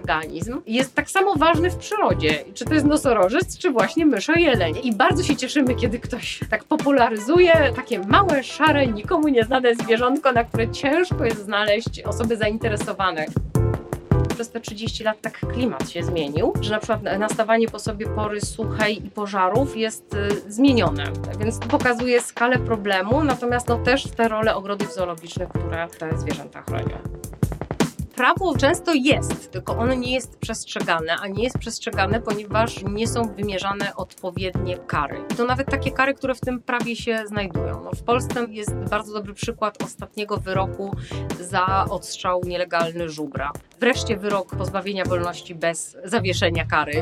organizm jest tak samo ważny w przyrodzie. Czy to jest nosorożec, czy właśnie myszojeleń. I bardzo się cieszymy, kiedy ktoś tak popularyzuje takie małe, szare, nikomu nieznane zwierzątko, na które ciężko jest znaleźć osoby zainteresowane. Przez te 30 lat tak klimat się zmienił, że na przykład nastawanie po sobie pory suchej i pożarów jest zmienione. Więc to pokazuje skalę problemu, natomiast też te role ogrodów zoologicznych, które te zwierzęta chronią. Prawo często jest, tylko ono nie jest przestrzegane, a nie jest przestrzegane, ponieważ nie są wymierzane odpowiednie kary. To nawet takie kary, które w tym prawie się znajdują. W Polsce jest bardzo dobry przykład ostatniego wyroku za odstrzał nielegalny żubra. Wreszcie wyrok pozbawienia wolności bez zawieszenia kary.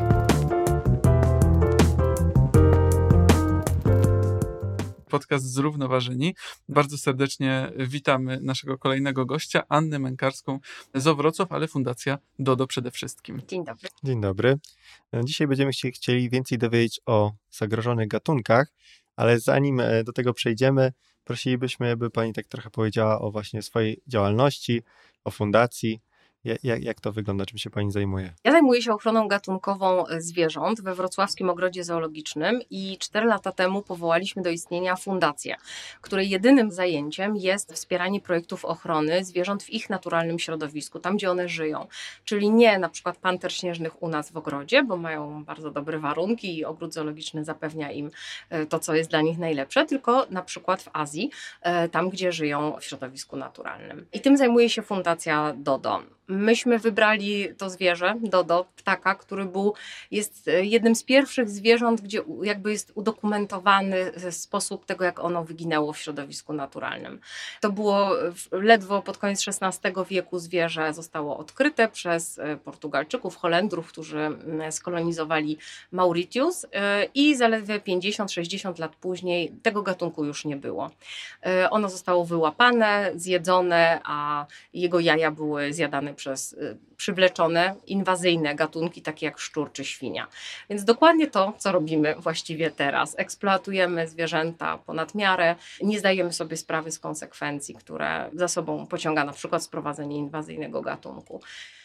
Podcast Zrównoważeni. Bardzo serdecznie witamy naszego kolejnego gościa, Annę Mękarską z Wrocław, ale Fundacja DODO przede wszystkim. Dzień dobry. Dzień dobry. Dzisiaj będziemy chcieli więcej dowiedzieć o zagrożonych gatunkach, ale zanim do tego przejdziemy, prosilibyśmy, by Pani tak trochę powiedziała o właśnie swojej działalności, o fundacji. Jak to wygląda, czym się Pani zajmuje? Ja zajmuję się ochroną gatunkową zwierząt we Wrocławskim Ogrodzie Zoologicznym i 4 lata temu powołaliśmy do istnienia fundację, której jedynym zajęciem jest wspieranie projektów ochrony zwierząt w ich naturalnym środowisku, tam gdzie one żyją. Czyli nie na przykład panter śnieżnych u nas w ogrodzie, bo mają bardzo dobre warunki i ogród zoologiczny zapewnia im to, co jest dla nich najlepsze, tylko na przykład w Azji, tam gdzie żyją w środowisku naturalnym. I tym zajmuje się Fundacja DODO. Myśmy wybrali to zwierzę, dodo, ptaka, który jest jednym z pierwszych zwierząt, gdzie jakby jest udokumentowany sposób tego, jak ono wyginęło w środowisku naturalnym. To było ledwo pod koniec XVI wieku zwierzę zostało odkryte przez Portugalczyków, Holendrów, którzy skolonizowali Mauritius i zaledwie 50-60 lat później tego gatunku już nie było. Ono zostało wyłapane, zjedzone, a jego jaja były zjadane przez przywleczone, inwazyjne gatunki, takie jak szczur czy świnia. Więc dokładnie to, co robimy właściwie teraz. Eksploatujemy zwierzęta ponad miarę, nie zdajemy sobie sprawy z konsekwencji, które za sobą pociąga na przykład sprowadzenie inwazyjnego gatunku.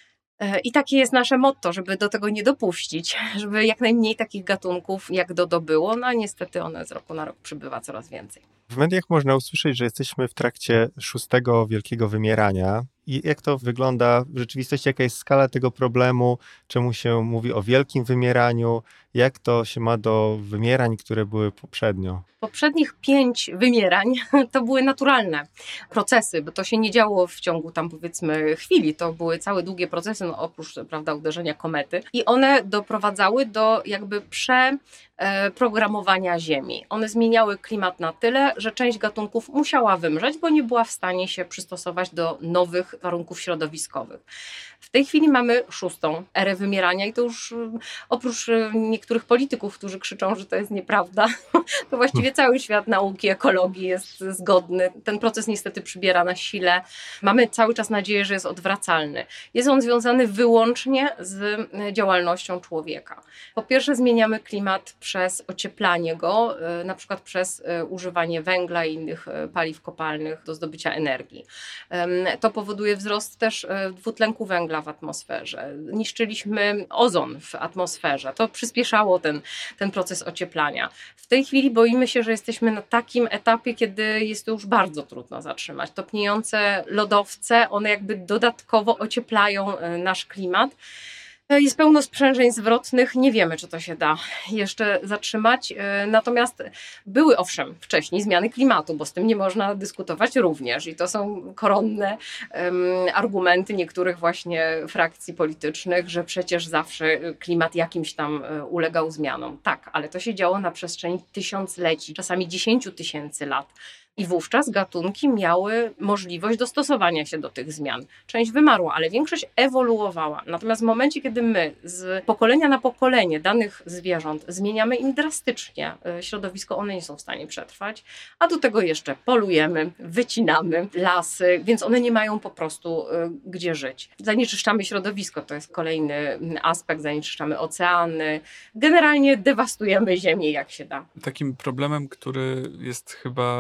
I takie jest nasze motto, żeby do tego nie dopuścić, żeby jak najmniej takich gatunków jak dodo było, no a niestety one z roku na rok przybywa coraz więcej. W mediach można usłyszeć, że jesteśmy w trakcie 6. wielkiego wymierania. I jak to wygląda w rzeczywistości, jaka jest skala tego problemu, czemu się mówi o wielkim wymieraniu, jak to się ma do wymierań, które były poprzednio? Poprzednich 5 wymierań to były naturalne procesy, bo to się nie działo w ciągu tam powiedzmy chwili, to były całe długie procesy, no oprócz prawda uderzenia komety i one doprowadzały do jakby przeprogramowania Ziemi. One zmieniały klimat na tyle, że część gatunków musiała wymrzeć, bo nie była w stanie się przystosować do nowych warunków środowiskowych. W tej chwili mamy 6. erę wymierania i to już oprócz niektórych polityków, którzy krzyczą, że to jest nieprawda, to właściwie cały świat nauki, ekologii jest zgodny. Ten proces niestety przybiera na sile. Mamy cały czas nadzieję, że jest odwracalny. Jest on związany wyłącznie z działalnością człowieka. Po pierwsze zmieniamy klimat przez ocieplanie go, na przykład przez używanie węgla i innych paliw kopalnych do zdobycia energii. To powoduje wzrost też dwutlenku węgla w atmosferze. Niszczyliśmy ozon w atmosferze. To przyspieszało ten proces ocieplania. W tej chwili boimy się, że jesteśmy na takim etapie, kiedy jest to już bardzo trudno zatrzymać. Topniejące lodowce, one jakby dodatkowo ocieplają nasz klimat. Jest pełno sprzężeń zwrotnych, nie wiemy, czy to się da jeszcze zatrzymać. Natomiast były owszem wcześniej zmiany klimatu, bo z tym nie można dyskutować również i to są koronne argumenty niektórych właśnie frakcji politycznych, że przecież zawsze klimat jakimś tam ulegał zmianom. Tak, ale to się działo na przestrzeni tysiącleci, czasami 10 000 lat. I wówczas gatunki miały możliwość dostosowania się do tych zmian. Część wymarła, ale większość ewoluowała. Natomiast w momencie, kiedy my z pokolenia na pokolenie danych zwierząt zmieniamy im drastycznie środowisko, one nie są w stanie przetrwać, a do tego jeszcze polujemy, wycinamy lasy, więc one nie mają po prostu gdzie żyć. Zanieczyszczamy środowisko, to jest kolejny aspekt, zanieczyszczamy oceany, generalnie dewastujemy ziemię jak się da. Takim problemem, który jest chyba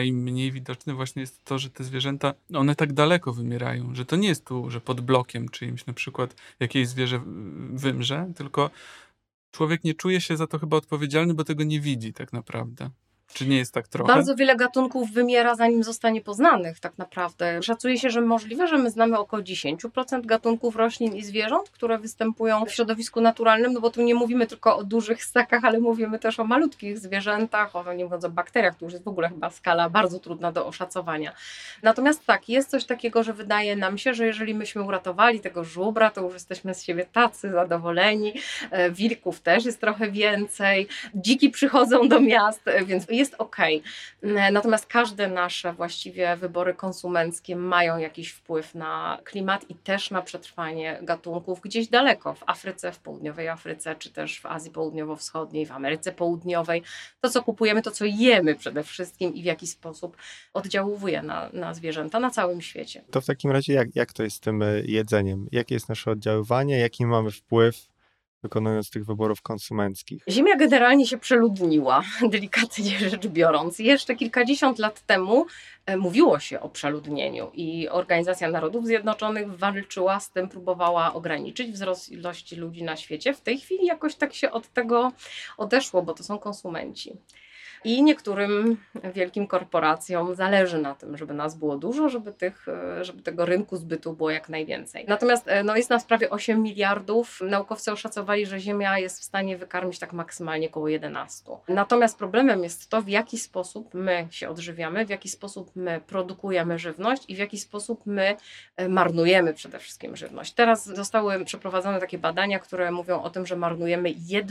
najmniej widoczne właśnie jest to, że te zwierzęta, one tak daleko wymierają, że to nie jest tu, że pod blokiem czyimś na przykład jakieś zwierzę wymrze, tylko człowiek nie czuje się za to chyba odpowiedzialny, bo tego nie widzi tak naprawdę. Czy nie jest tak trochę? Bardzo wiele gatunków wymiera, zanim zostanie poznanych tak naprawdę. Szacuje się, że możliwe, że my znamy około 10% gatunków roślin i zwierząt, które występują w środowisku naturalnym, no bo tu nie mówimy tylko o dużych ssakach, ale mówimy też o malutkich zwierzętach, nie mówiąc o bakteriach, to już jest w ogóle chyba skala bardzo trudna do oszacowania. Natomiast tak, jest coś takiego, że wydaje nam się, że jeżeli myśmy uratowali tego żubra, to już jesteśmy z siebie tacy zadowoleni, wilków też jest trochę więcej, dziki przychodzą do miast, więc jest okej. Natomiast każde nasze właściwie wybory konsumenckie mają jakiś wpływ na klimat i też na przetrwanie gatunków gdzieś daleko, w Afryce, w południowej Afryce, czy też w Azji Południowo-Wschodniej, w Ameryce Południowej. To, co kupujemy, to, co jemy przede wszystkim i w jaki sposób oddziałuje na zwierzęta na całym świecie. To w takim razie jak to jest z tym jedzeniem? Jakie jest nasze oddziaływanie? Jaki mamy wpływ wykonując tych wyborów konsumenckich? Ziemia generalnie się przeludniła, delikatnie rzecz biorąc. Jeszcze kilkadziesiąt lat temu mówiło się o przeludnieniu i Organizacja Narodów Zjednoczonych walczyła z tym, próbowała ograniczyć wzrost ilości ludzi na świecie. W tej chwili jakoś tak się od tego odeszło, bo to są konsumenci. I niektórym wielkim korporacjom zależy na tym, żeby nas było dużo, żeby tego rynku zbytu było jak najwięcej. Natomiast jest nas prawie 8 miliardów. Naukowcy oszacowali, że Ziemia jest w stanie wykarmić tak maksymalnie około 11. Natomiast problemem jest to, w jaki sposób my się odżywiamy, w jaki sposób my produkujemy żywność i w jaki sposób my marnujemy przede wszystkim żywność. Teraz zostały przeprowadzone takie badania, które mówią o tym, że marnujemy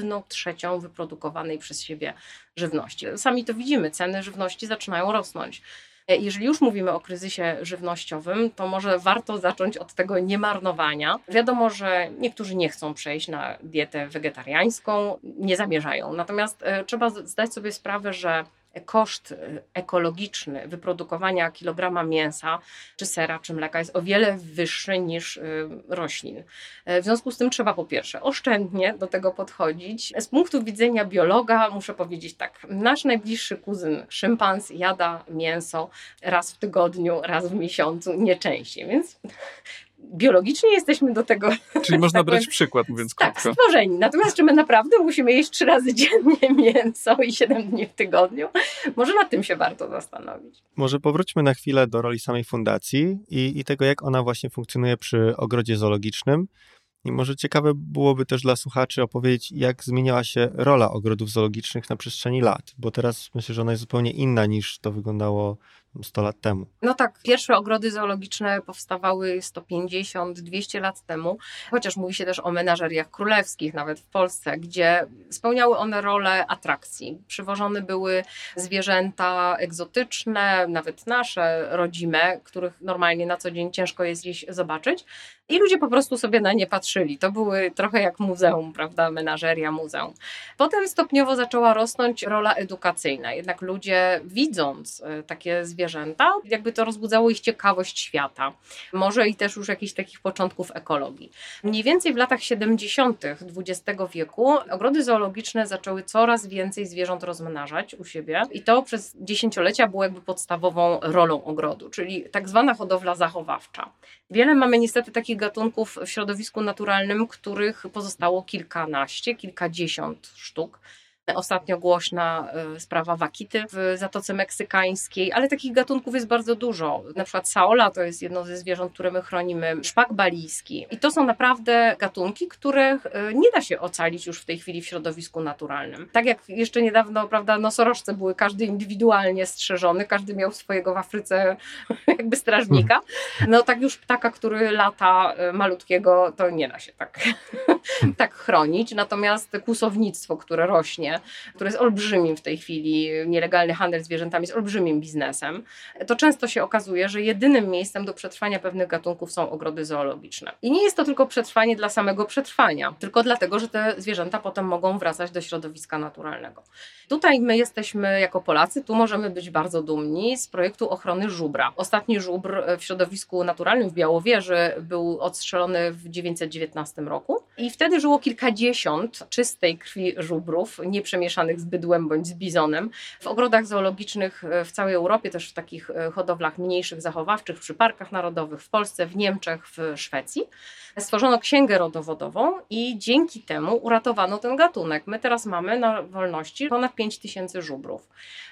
1/3 wyprodukowanej przez siebie żywności. Sami to widzimy, ceny żywności zaczynają rosnąć. Jeżeli już mówimy o kryzysie żywnościowym, to może warto zacząć od tego niemarnowania. Wiadomo, że niektórzy nie chcą przejść na dietę wegetariańską, nie zamierzają. Natomiast trzeba zdać sobie sprawę, że koszt ekologiczny wyprodukowania kilograma mięsa, czy sera, czy mleka jest o wiele wyższy niż roślin. W związku z tym trzeba po pierwsze oszczędnie do tego podchodzić. Z punktu widzenia biologa muszę powiedzieć tak, nasz najbliższy kuzyn szympans jada mięso raz w tygodniu, raz w miesiącu, nie częściej, więc biologicznie jesteśmy do tego. Czyli można brać przykład, mówiąc tak, krótko. stworzeni. Natomiast czy my naprawdę musimy jeść 3 razy dziennie mięso i 7 dni w tygodniu? Może nad tym się warto zastanowić. Może powróćmy na chwilę do roli samej fundacji i tego, jak ona właśnie funkcjonuje przy ogrodzie zoologicznym. I może ciekawe byłoby też dla słuchaczy opowiedzieć, jak zmieniała się rola ogrodów zoologicznych na przestrzeni lat, bo teraz myślę, że ona jest zupełnie inna niż to wyglądało 100 lat temu. No tak, pierwsze ogrody zoologiczne powstawały 150-200 lat temu, chociaż mówi się też o menażeriach królewskich, nawet w Polsce, gdzie spełniały one rolę atrakcji. Przywożone były zwierzęta egzotyczne, nawet nasze, rodzime, których normalnie na co dzień ciężko jest gdzieś zobaczyć. I ludzie po prostu sobie na nie patrzyli. To były trochę jak muzeum, prawda? Menażeria, muzeum. Potem stopniowo zaczęła rosnąć rola edukacyjna. Jednak ludzie, widząc takie zwierzęta, jakby to rozbudzało ich ciekawość świata. Może i też już jakichś takich początków ekologii. Mniej więcej w latach 70. XX wieku ogrody zoologiczne zaczęły coraz więcej zwierząt rozmnażać u siebie. I to przez dziesięciolecia było jakby podstawową rolą ogrodu, czyli tak zwana hodowla zachowawcza. Wiele mamy niestety takich gatunków w środowisku naturalnym, których pozostało kilkanaście, kilkadziesiąt sztuk. Ostatnio głośna sprawa wakity w Zatoce Meksykańskiej, ale takich gatunków jest bardzo dużo. Na przykład saola to jest jedno ze zwierząt, które my chronimy, szpak balijski. I to są naprawdę gatunki, których nie da się ocalić już w tej chwili w środowisku naturalnym. Tak jak jeszcze niedawno, prawda, nosorożce były każdy indywidualnie strzeżony, każdy miał swojego w Afryce jakby strażnika. No tak już ptaka, który lata malutkiego, to nie da się tak chronić. Natomiast kłusownictwo, które rośnie, które jest olbrzymim w tej chwili, nielegalny handel zwierzętami jest olbrzymim biznesem, to często się okazuje, że jedynym miejscem do przetrwania pewnych gatunków są ogrody zoologiczne. I nie jest to tylko przetrwanie dla samego przetrwania, tylko dlatego, że te zwierzęta potem mogą wracać do środowiska naturalnego. Tutaj my jesteśmy jako Polacy, tu możemy być bardzo dumni z projektu ochrony żubra. Ostatni żubr w środowisku naturalnym w Białowieży był odstrzelony w 1919 roku i wtedy żyło kilkadziesiąt czystej krwi żubrów, nie nieprzemieszanych z bydłem bądź z bizonem. W ogrodach zoologicznych w całej Europie, też w takich hodowlach mniejszych, zachowawczych, przy parkach narodowych, w Polsce, w Niemczech, w Szwecji, stworzono księgę rodowodową i dzięki temu uratowano ten gatunek. My teraz mamy na wolności ponad 5000 żubrów,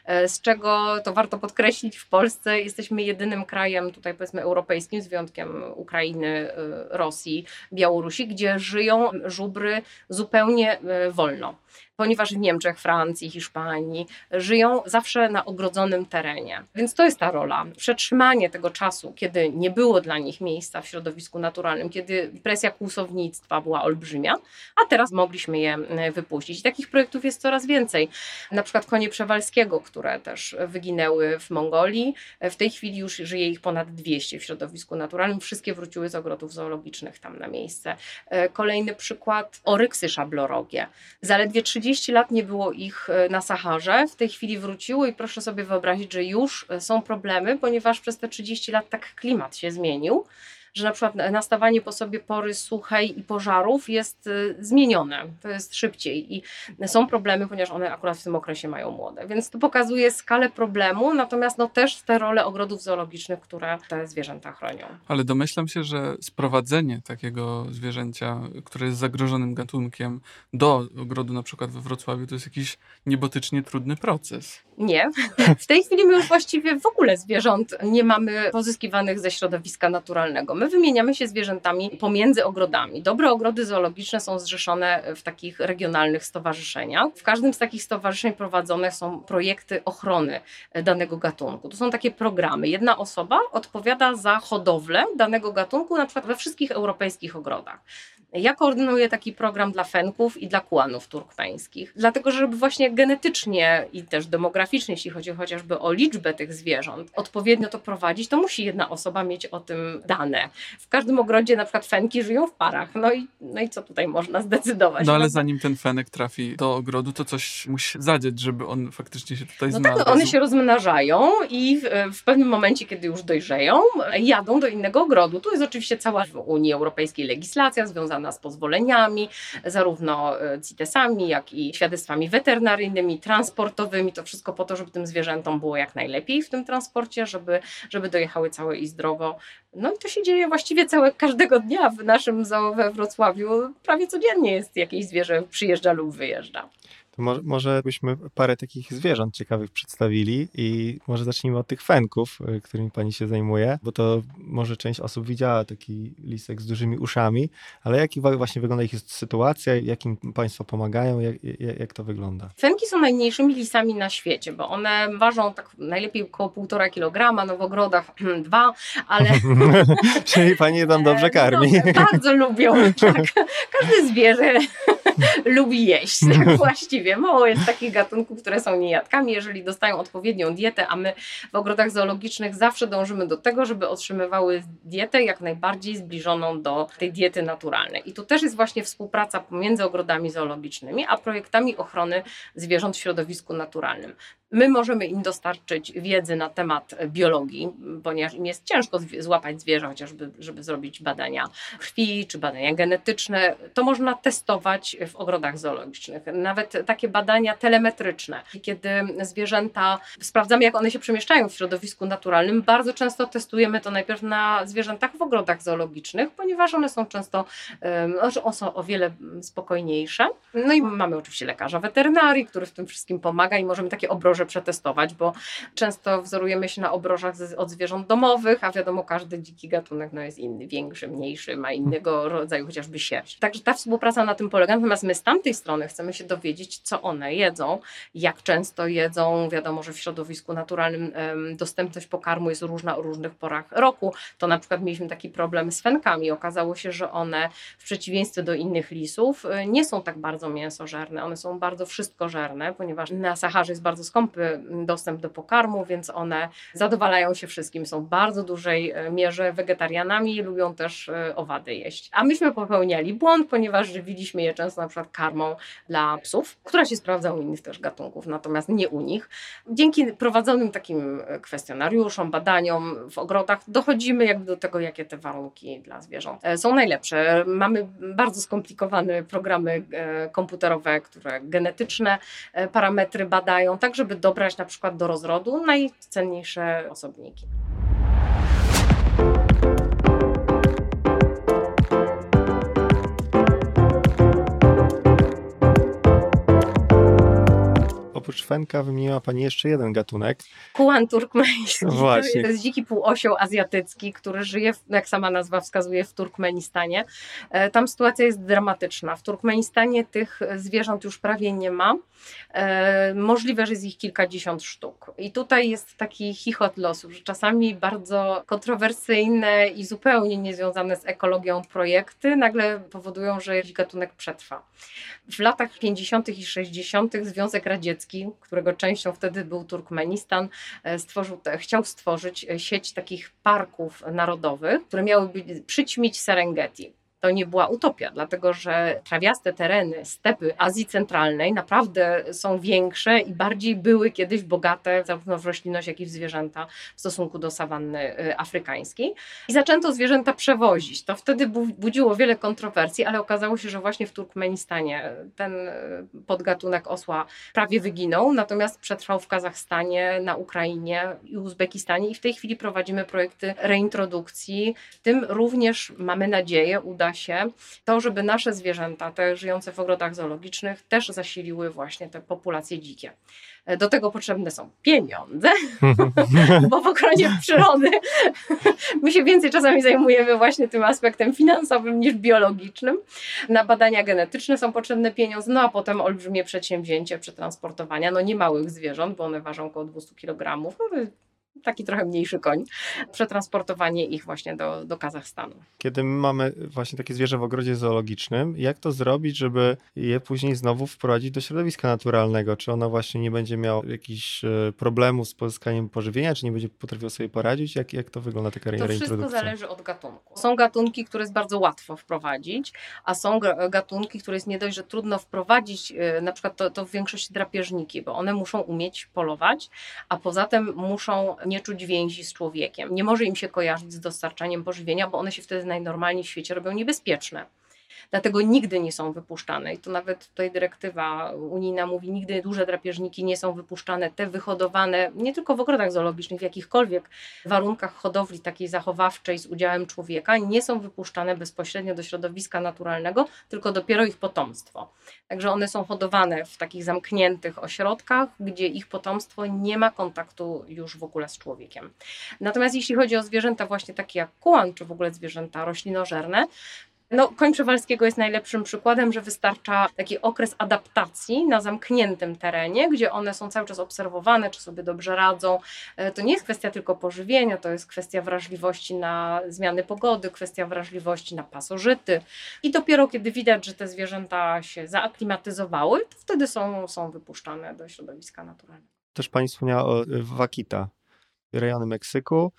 z czego, to warto podkreślić, w Polsce jesteśmy jedynym krajem, tutaj powiedzmy europejskim, z wyjątkiem Ukrainy, Rosji, Białorusi, gdzie żyją żubry zupełnie wolno. Ponieważ w Niemczech, Francji, Hiszpanii żyją zawsze na ogrodzonym terenie. Więc to jest ta rola. Przetrzymanie tego czasu, kiedy nie było dla nich miejsca w środowisku naturalnym, kiedy presja kłusownictwa była olbrzymia, a teraz mogliśmy je wypuścić. I takich projektów jest coraz więcej. Na przykład konie Przewalskiego, które też wyginęły w Mongolii. W tej chwili już żyje ich ponad 200 w środowisku naturalnym. Wszystkie wróciły z ogrodów zoologicznych tam na miejsce. Kolejny przykład, oryksy szablorogie. Zaledwie 30 lat nie było ich na Saharze, w tej chwili wróciło i proszę sobie wyobrazić, że już są problemy, ponieważ przez te 30 lat tak klimat się zmienił, że na przykład nastawanie po sobie pory suchej i pożarów jest zmienione, to jest szybciej i są problemy, ponieważ one akurat w tym okresie mają młode. Więc to pokazuje skalę problemu, natomiast też te role ogrodów zoologicznych, które te zwierzęta chronią. Ale domyślam się, że sprowadzenie takiego zwierzęcia, które jest zagrożonym gatunkiem, do ogrodu na przykład we Wrocławiu, to jest jakiś niebotycznie trudny proces. Nie. W tej chwili my już właściwie w ogóle zwierząt nie mamy pozyskiwanych ze środowiska naturalnego. My wymieniamy się zwierzętami pomiędzy ogrodami. Dobre ogrody zoologiczne są zrzeszone w takich regionalnych stowarzyszeniach. W każdym z takich stowarzyszeń prowadzone są projekty ochrony danego gatunku. To są takie programy. Jedna osoba odpowiada za hodowlę danego gatunku, na przykład we wszystkich europejskich ogrodach. Ja koordynuję taki program dla fenków i dla kuanów turkmeńskich, dlatego żeby właśnie genetycznie i też demograficznie, jeśli chodzi chociażby o liczbę tych zwierząt, odpowiednio to prowadzić, to musi jedna osoba mieć o tym dane. W każdym ogrodzie na przykład fenki żyją w parach, no i co tutaj można zdecydować? No ale zanim ten fenek trafi do ogrodu, to coś musi się zadziać, żeby on faktycznie się tutaj znalazł. Tak, one się rozmnażają i w pewnym momencie, kiedy już dojrzeją, jadą do innego ogrodu. Tu jest oczywiście cała w Unii Europejskiej legislacja związana z pozwoleniami, zarówno CITES-ami, jak i świadectwami weterynaryjnymi, transportowymi. To wszystko po to, żeby tym zwierzętom było jak najlepiej w tym transporcie, żeby dojechały całe i zdrowo. No i to się dzieje właściwie każdego dnia w naszym zoo we Wrocławiu. Prawie codziennie jest jakieś zwierzę przyjeżdża lub wyjeżdża. To może byśmy parę takich zwierząt ciekawych przedstawili i może zacznijmy od tych fenków, którymi pani się zajmuje, bo to może część osób widziała taki lisek z dużymi uszami, ale jak właśnie wygląda ich sytuacja, jak im państwo pomagają, jak to wygląda? Fenki są najmniejszymi lisami na świecie, bo one ważą tak najlepiej około 1,5 kg, no w ogrodach 2, ale... Czyli pani je tam dobrze karmi. No, bardzo lubią, tak. Każde zwierzę lubi jeść, tak właściwie. Mało jest takich gatunków, które są niejadkami, jeżeli dostają odpowiednią dietę, a my w ogrodach zoologicznych zawsze dążymy do tego, żeby otrzymywały dietę jak najbardziej zbliżoną do tej diety naturalnej. I tu też jest właśnie współpraca pomiędzy ogrodami zoologicznymi, a projektami ochrony zwierząt w środowisku naturalnym. My możemy im dostarczyć wiedzy na temat biologii, ponieważ im jest ciężko złapać zwierzę, chociażby żeby zrobić badania krwi czy badania genetyczne. To można testować w ogrodach zoologicznych. Nawet takie badania telemetryczne. Kiedy zwierzęta, sprawdzamy jak one się przemieszczają w środowisku naturalnym, bardzo często testujemy to najpierw na zwierzętach w ogrodach zoologicznych, ponieważ one są często są o wiele spokojniejsze. No i mamy oczywiście lekarza weterynarii, który w tym wszystkim pomaga i możemy takie obroże przetestować, bo często wzorujemy się na obrożach od zwierząt domowych, a wiadomo, każdy dziki gatunek jest inny, większy, mniejszy, ma innego rodzaju chociażby sierść. Także ta współpraca na tym polega, natomiast my z tamtej strony chcemy się dowiedzieć, co one jedzą, jak często jedzą. Wiadomo, że w środowisku naturalnym dostępność pokarmu jest różna o różnych porach roku. To na przykład mieliśmy taki problem z fenkami. Okazało się, że one w przeciwieństwie do innych lisów nie są tak bardzo mięsożerne. One są bardzo wszystkożerne, ponieważ na Saharze jest bardzo skąpa skąpy dostęp do pokarmu, więc one zadowalają się wszystkim. Są w bardzo dużej mierze wegetarianami, lubią też owady jeść. A myśmy popełniali błąd, ponieważ żywiliśmy je często na przykład karmą dla psów, która się sprawdza u innych też gatunków, natomiast nie u nich. Dzięki prowadzonym takim kwestionariuszom, badaniom w ogrodach dochodzimy jakby do tego, jakie te warunki dla zwierząt są najlepsze. Mamy bardzo skomplikowane programy komputerowe, które genetyczne parametry badają, tak żeby dobrać na przykład do rozrodu najcenniejsze osobniki. Oprócz fenka wymieniła Pani jeszcze jeden gatunek. Kuan turkmeński. Właśnie. To jest dziki półosioł azjatycki, który żyje, jak sama nazwa wskazuje, w Turkmenistanie. Tam sytuacja jest dramatyczna. W Turkmenistanie tych zwierząt już prawie nie ma. Możliwe, że jest ich kilkadziesiąt sztuk. I tutaj jest taki chichot losu, że czasami bardzo kontrowersyjne i zupełnie niezwiązane z ekologią projekty nagle powodują, że gatunek przetrwa. W latach 50. i 60. Związek Radziecki, którego częścią wtedy był Turkmenistan, chciał stworzyć sieć takich parków narodowych, które miałyby przyćmić Serengeti. To nie była utopia, dlatego że trawiaste tereny, stepy Azji Centralnej naprawdę są większe i bardziej były kiedyś bogate zarówno w roślinność, jak i w zwierzęta w stosunku do sawanny afrykańskiej. I zaczęto zwierzęta przewozić. To wtedy budziło wiele kontrowersji, ale okazało się, że właśnie w Turkmenistanie ten podgatunek osła prawie wyginął, natomiast przetrwał w Kazachstanie, na Ukrainie i Uzbekistanie i w tej chwili prowadzimy projekty reintrodukcji. W tym również mamy nadzieję, uda się to, żeby nasze zwierzęta, te żyjące w ogrodach zoologicznych, też zasiliły właśnie te populacje dzikie. Do tego potrzebne są pieniądze, bo w ochronie przyrody my się więcej czasami zajmujemy właśnie tym aspektem finansowym niż biologicznym. Na badania genetyczne są potrzebne pieniądze, no a potem olbrzymie przedsięwzięcie przetransportowania, no nie małych zwierząt, bo one ważą około 200 kg, no to taki trochę mniejszy koń, przetransportowanie ich właśnie do Kazachstanu. Kiedy my mamy właśnie takie zwierzę w ogrodzie zoologicznym, jak to zrobić, żeby je później znowu wprowadzić do środowiska naturalnego? Czy ono właśnie nie będzie miało jakichś problemów z pozyskaniem pożywienia, czy nie będzie potrafiło sobie poradzić? Jak to wygląda taka reintrodukcja? To wszystko zależy od gatunku. Są gatunki, które jest bardzo łatwo wprowadzić, a są gatunki, które jest nie dość, że trudno wprowadzić, na przykład to w większości drapieżniki, bo one muszą umieć polować, a poza tym muszą nie czuć więzi z człowiekiem. Nie może im się kojarzyć z dostarczaniem pożywienia, bo one się wtedy najnormalniej w świecie robią niebezpieczne. Dlatego nigdy nie są wypuszczane. I tu nawet tutaj dyrektywa unijna mówi, nigdy duże drapieżniki nie są wypuszczane. Te wyhodowane nie tylko w ogrodach zoologicznych, w jakichkolwiek warunkach hodowli takiej zachowawczej z udziałem człowieka, nie są wypuszczane bezpośrednio do środowiska naturalnego, tylko dopiero ich potomstwo. Także one są hodowane w takich zamkniętych ośrodkach, gdzie ich potomstwo nie ma kontaktu już w ogóle z człowiekiem. Natomiast jeśli chodzi o zwierzęta właśnie takie jak kuan, czy w ogóle zwierzęta roślinożerne, no, koń przewalskiego jest najlepszym przykładem, że wystarcza taki okres adaptacji na zamkniętym terenie, gdzie one są cały czas obserwowane, czy sobie dobrze radzą. To nie jest kwestia tylko pożywienia, to jest kwestia wrażliwości na zmiany pogody, kwestia wrażliwości na pasożyty. I dopiero kiedy widać, że te zwierzęta się zaaklimatyzowały, to wtedy są wypuszczane do środowiska naturalnego. Też Pani wspomniała o Vaquita, rejony Meksyku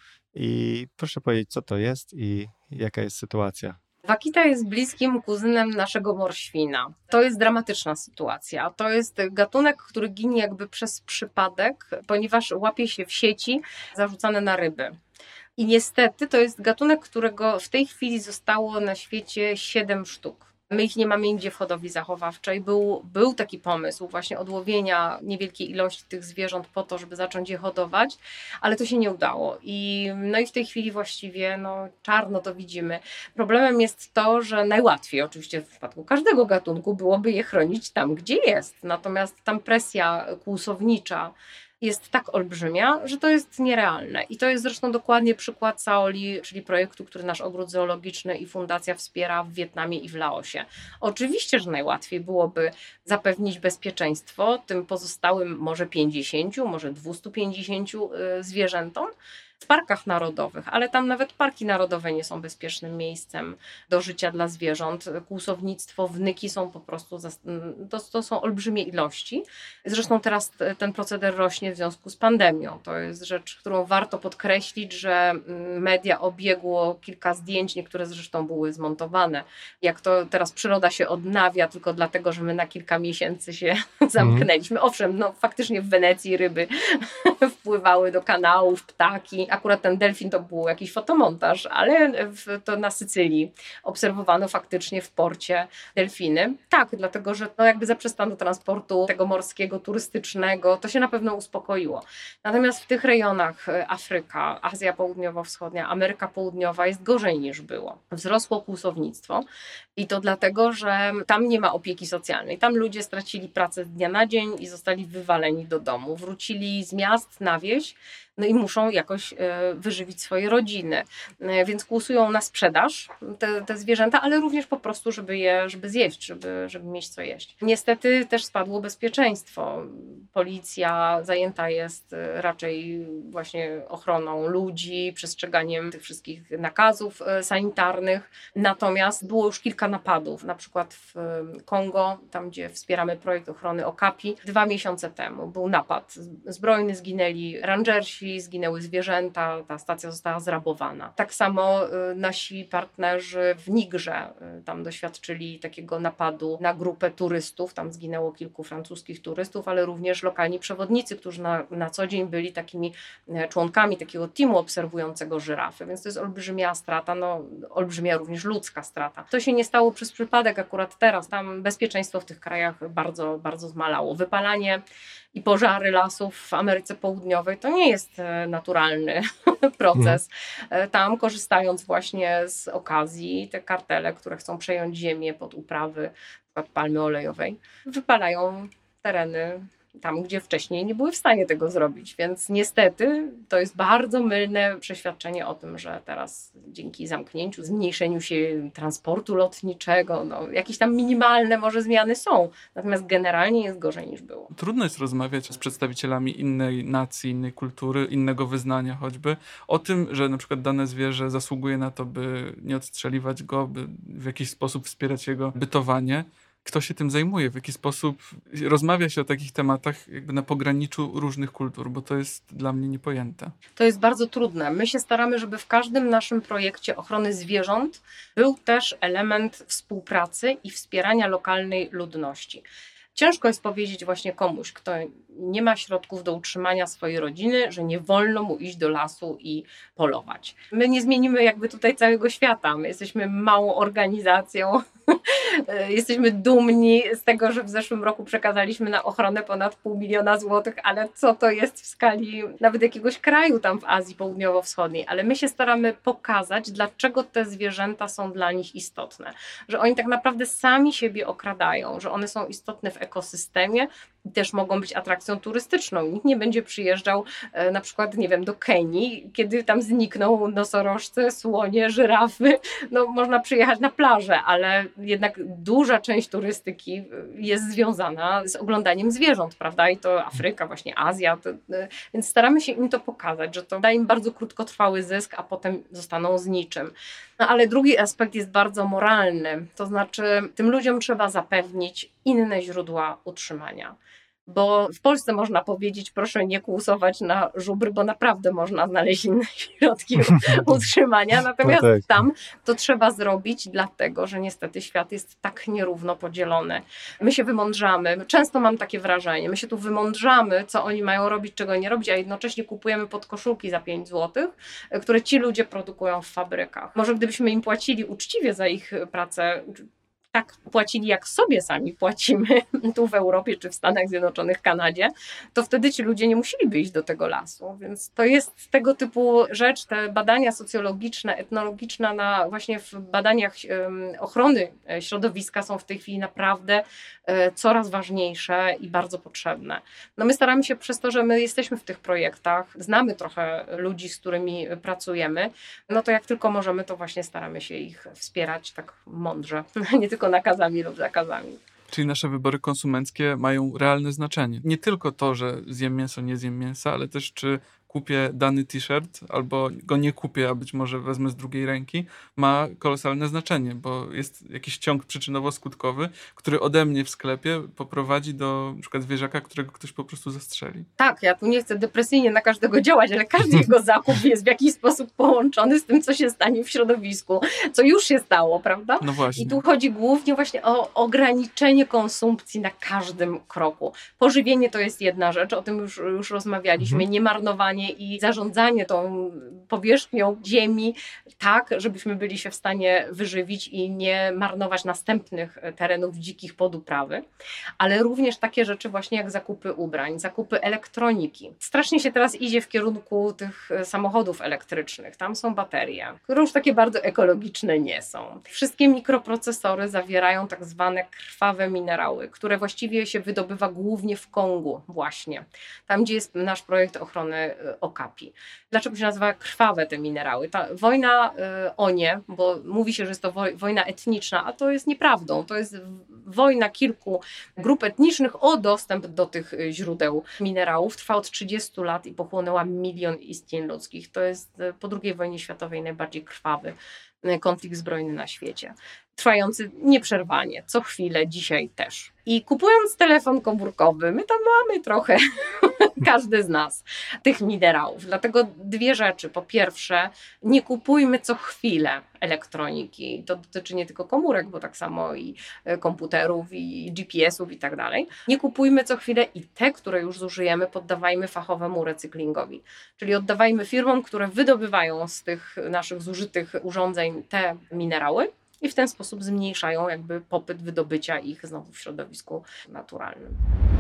i proszę powiedzieć, co to jest i jaka jest sytuacja? Vaquita jest bliskim kuzynem naszego morświna. To jest dramatyczna sytuacja. To jest gatunek, który ginie jakby przez przypadek, ponieważ łapie się w sieci zarzucane na ryby. I niestety to jest gatunek, którego w tej chwili zostało na świecie 7 sztuk. My ich nie mamy nigdzie w hodowli zachowawczej. Był taki pomysł właśnie odłowienia niewielkiej ilości tych zwierząt po to, żeby zacząć je hodować, ale to się nie udało. I w tej chwili właściwie czarno to widzimy. Problemem jest to, że najłatwiej oczywiście w przypadku każdego gatunku byłoby je chronić tam, gdzie jest. Natomiast tam presja kłusownicza jest tak olbrzymia, że to jest nierealne. I to jest zresztą dokładnie przykład Saoli, czyli projektu, który nasz ogród zoologiczny i fundacja wspiera w Wietnamie i w Laosie. Oczywiście, że najłatwiej byłoby zapewnić bezpieczeństwo tym pozostałym może 50, może 250 zwierzętom, w parkach narodowych, ale tam nawet parki narodowe nie są bezpiecznym miejscem do życia dla zwierząt. Kłusownictwo, wnyki są po prostu, to są olbrzymie ilości. Zresztą teraz ten proceder rośnie w związku z pandemią. To jest rzecz, którą warto podkreślić, że media obiegło kilka zdjęć, niektóre zresztą były zmontowane. Jak to teraz przyroda się odnawia tylko dlatego, że my na kilka miesięcy się zamknęliśmy. Owszem, no faktycznie w Wenecji ryby wpływały do kanałów, ptaki. Akurat ten delfin to był jakiś fotomontaż, ale to na Sycylii obserwowano faktycznie w porcie delfiny. Tak, dlatego że no jakby zaprzestano transportu tego morskiego, turystycznego, to się na pewno uspokoiło. Natomiast w tych rejonach Afryka, Azja Południowo-Wschodnia, Ameryka Południowa jest gorzej niż było. Wzrosło kłusownictwo i to dlatego, że tam nie ma opieki socjalnej. Tam ludzie stracili pracę z dnia na dzień i zostali wywaleni do domu. Wrócili z miast na wieś, no i muszą jakoś wyżywić swoje rodziny. Więc kłusują na sprzedaż te zwierzęta, ale również po prostu, żeby zjeść, żeby mieć co jeść. Niestety też spadło bezpieczeństwo. Policja zajęta jest raczej właśnie ochroną ludzi, przestrzeganiem tych wszystkich nakazów sanitarnych. Natomiast było już kilka napadów, na przykład w Kongo, tam gdzie wspieramy projekt ochrony okapi. 2 miesiące temu był napad zbrojny, zginęli rangersi, zginęły zwierzęta, ta stacja została zrabowana. Tak samo nasi partnerzy w Nigrze tam doświadczyli takiego napadu na grupę turystów, tam zginęło kilku francuskich turystów, ale również lokalni przewodnicy, którzy na co dzień byli takimi członkami takiego teamu obserwującego żyrafy, więc to jest olbrzymia strata, no olbrzymia również ludzka strata. To się nie stało przez przypadek akurat teraz, tam bezpieczeństwo w tych krajach bardzo, bardzo zmalało. Wypalanie i pożary lasów w Ameryce Południowej to nie jest naturalny proces. Tam korzystając właśnie z okazji, te kartele, które chcą przejąć ziemię pod uprawy np. palmy olejowej, wypalają tereny tam, gdzie wcześniej nie były w stanie tego zrobić. Więc niestety to jest bardzo mylne przeświadczenie o tym, że teraz dzięki zamknięciu, zmniejszeniu się transportu lotniczego, no, jakieś tam minimalne może zmiany są, natomiast generalnie jest gorzej niż było. Trudno jest rozmawiać z przedstawicielami innej nacji, innej kultury, innego wyznania choćby, o tym, że na przykład dane zwierzę zasługuje na to, by nie odstrzeliwać go, by w jakiś sposób wspierać jego bytowanie. Kto się tym zajmuje, w jaki sposób rozmawia się o takich tematach jakby na pograniczu różnych kultur, bo to jest dla mnie niepojęte. To jest bardzo trudne. My się staramy, żeby w każdym naszym projekcie ochrony zwierząt był też element współpracy i wspierania lokalnej ludności. Ciężko jest powiedzieć właśnie komuś, kto nie ma środków do utrzymania swojej rodziny, że nie wolno mu iść do lasu i polować. My nie zmienimy jakby tutaj całego świata. My jesteśmy małą organizacją. Jesteśmy dumni z tego, że w zeszłym roku przekazaliśmy na ochronę ponad 500 000 złotych, ale co to jest w skali nawet jakiegoś kraju tam w Azji Południowo-Wschodniej. Ale my się staramy pokazać, dlaczego te zwierzęta są dla nich istotne. Że oni tak naprawdę sami siebie okradają, że one są istotne w ekosystemie i też mogą być atrakcją turystyczną. Nikt nie będzie przyjeżdżał na przykład, nie wiem, do Kenii, kiedy tam znikną nosorożce, słonie, żyrafy. No można przyjechać na plażę, ale jednak duża część turystyki jest związana z oglądaniem zwierząt, prawda? I to Afryka, właśnie Azja. Więc staramy się im to pokazać, że to da im bardzo krótkotrwały zysk, a potem zostaną z niczym. No ale drugi aspekt jest bardzo moralny, to znaczy tym ludziom trzeba zapewnić inne źródła utrzymania. Bo w Polsce można powiedzieć, proszę nie kłusować na żubry, bo naprawdę można znaleźć inne środki utrzymania. Natomiast tam to trzeba zrobić, dlatego że niestety świat jest tak nierówno podzielony. My się wymądrzamy, często mam takie wrażenie, my się tu wymądrzamy, co oni mają robić, czego nie robić, a jednocześnie kupujemy podkoszulki za 5 zł, które ci ludzie produkują w fabrykach. Może gdybyśmy im płacili uczciwie za ich pracę, tak płacili, jak sobie sami płacimy tu w Europie czy w Stanach Zjednoczonych, Kanadzie, to wtedy ci ludzie nie musieliby iść do tego lasu. Więc to jest tego typu rzecz, te badania socjologiczne, etnologiczne właśnie w badaniach ochrony środowiska są w tej chwili naprawdę coraz ważniejsze i bardzo potrzebne. No my staramy się przez to, że my jesteśmy w tych projektach, znamy trochę ludzi, z którymi pracujemy, no to jak tylko możemy, to właśnie staramy się ich wspierać tak mądrze, nie tylko nakazami lub zakazami. Czyli nasze wybory konsumenckie mają realne znaczenie. Nie tylko to, że zjem mięso, nie zjem mięsa, ale też czy kupię dany t-shirt albo go nie kupię, a być może wezmę z drugiej ręki, ma kolosalne znaczenie, bo jest jakiś ciąg przyczynowo-skutkowy, który ode mnie w sklepie poprowadzi do na przykład zwierzaka, którego ktoś po prostu zastrzeli. Tak, ja tu nie chcę depresyjnie na każdego działać, ale każdy jego zakup jest w jakiś sposób połączony z tym, co się stanie w środowisku, co już się stało, prawda? No właśnie. I tu chodzi głównie właśnie o ograniczenie konsumpcji na każdym kroku. Pożywienie to jest jedna rzecz, o tym już rozmawialiśmy, nie marnowanie i zarządzanie tą powierzchnią ziemi tak, żebyśmy byli się w stanie wyżywić i nie marnować następnych terenów dzikich pod uprawy, ale również takie rzeczy właśnie jak zakupy ubrań, zakupy elektroniki. Strasznie się teraz idzie w kierunku tych samochodów elektrycznych. Tam są baterie, które już takie bardzo ekologiczne nie są. Wszystkie mikroprocesory zawierają tak zwane krwawe minerały, które właściwie się wydobywa głównie w Kongu właśnie. Tam, gdzie jest nasz projekt ochrony okapi. Dlaczego się nazywa krwawe te minerały? Ta wojna o nie, bo mówi się, że jest to wojna etniczna, a to jest nieprawdą. To jest wojna kilku grup etnicznych o dostęp do tych źródeł minerałów. Trwa od 30 lat i pochłonęła 1 milion istnień ludzkich. To jest po II wojnie światowej najbardziej krwawy konflikt zbrojny na świecie. Trwający nieprzerwanie, co chwilę, dzisiaj też. I kupując telefon komórkowy, my tam mamy trochę, każdy z nas, tych minerałów. Dlatego dwie rzeczy. Po pierwsze, nie kupujmy co chwilę elektroniki. To dotyczy nie tylko komórek, bo tak samo i komputerów, i GPS-ów i tak dalej. Nie kupujmy co chwilę i te, które już zużyjemy, poddawajmy fachowemu recyklingowi. Czyli oddawajmy firmom, które wydobywają z tych naszych zużytych urządzeń te minerały, i w ten sposób zmniejszają jakby popyt wydobycia ich znowu w środowisku naturalnym.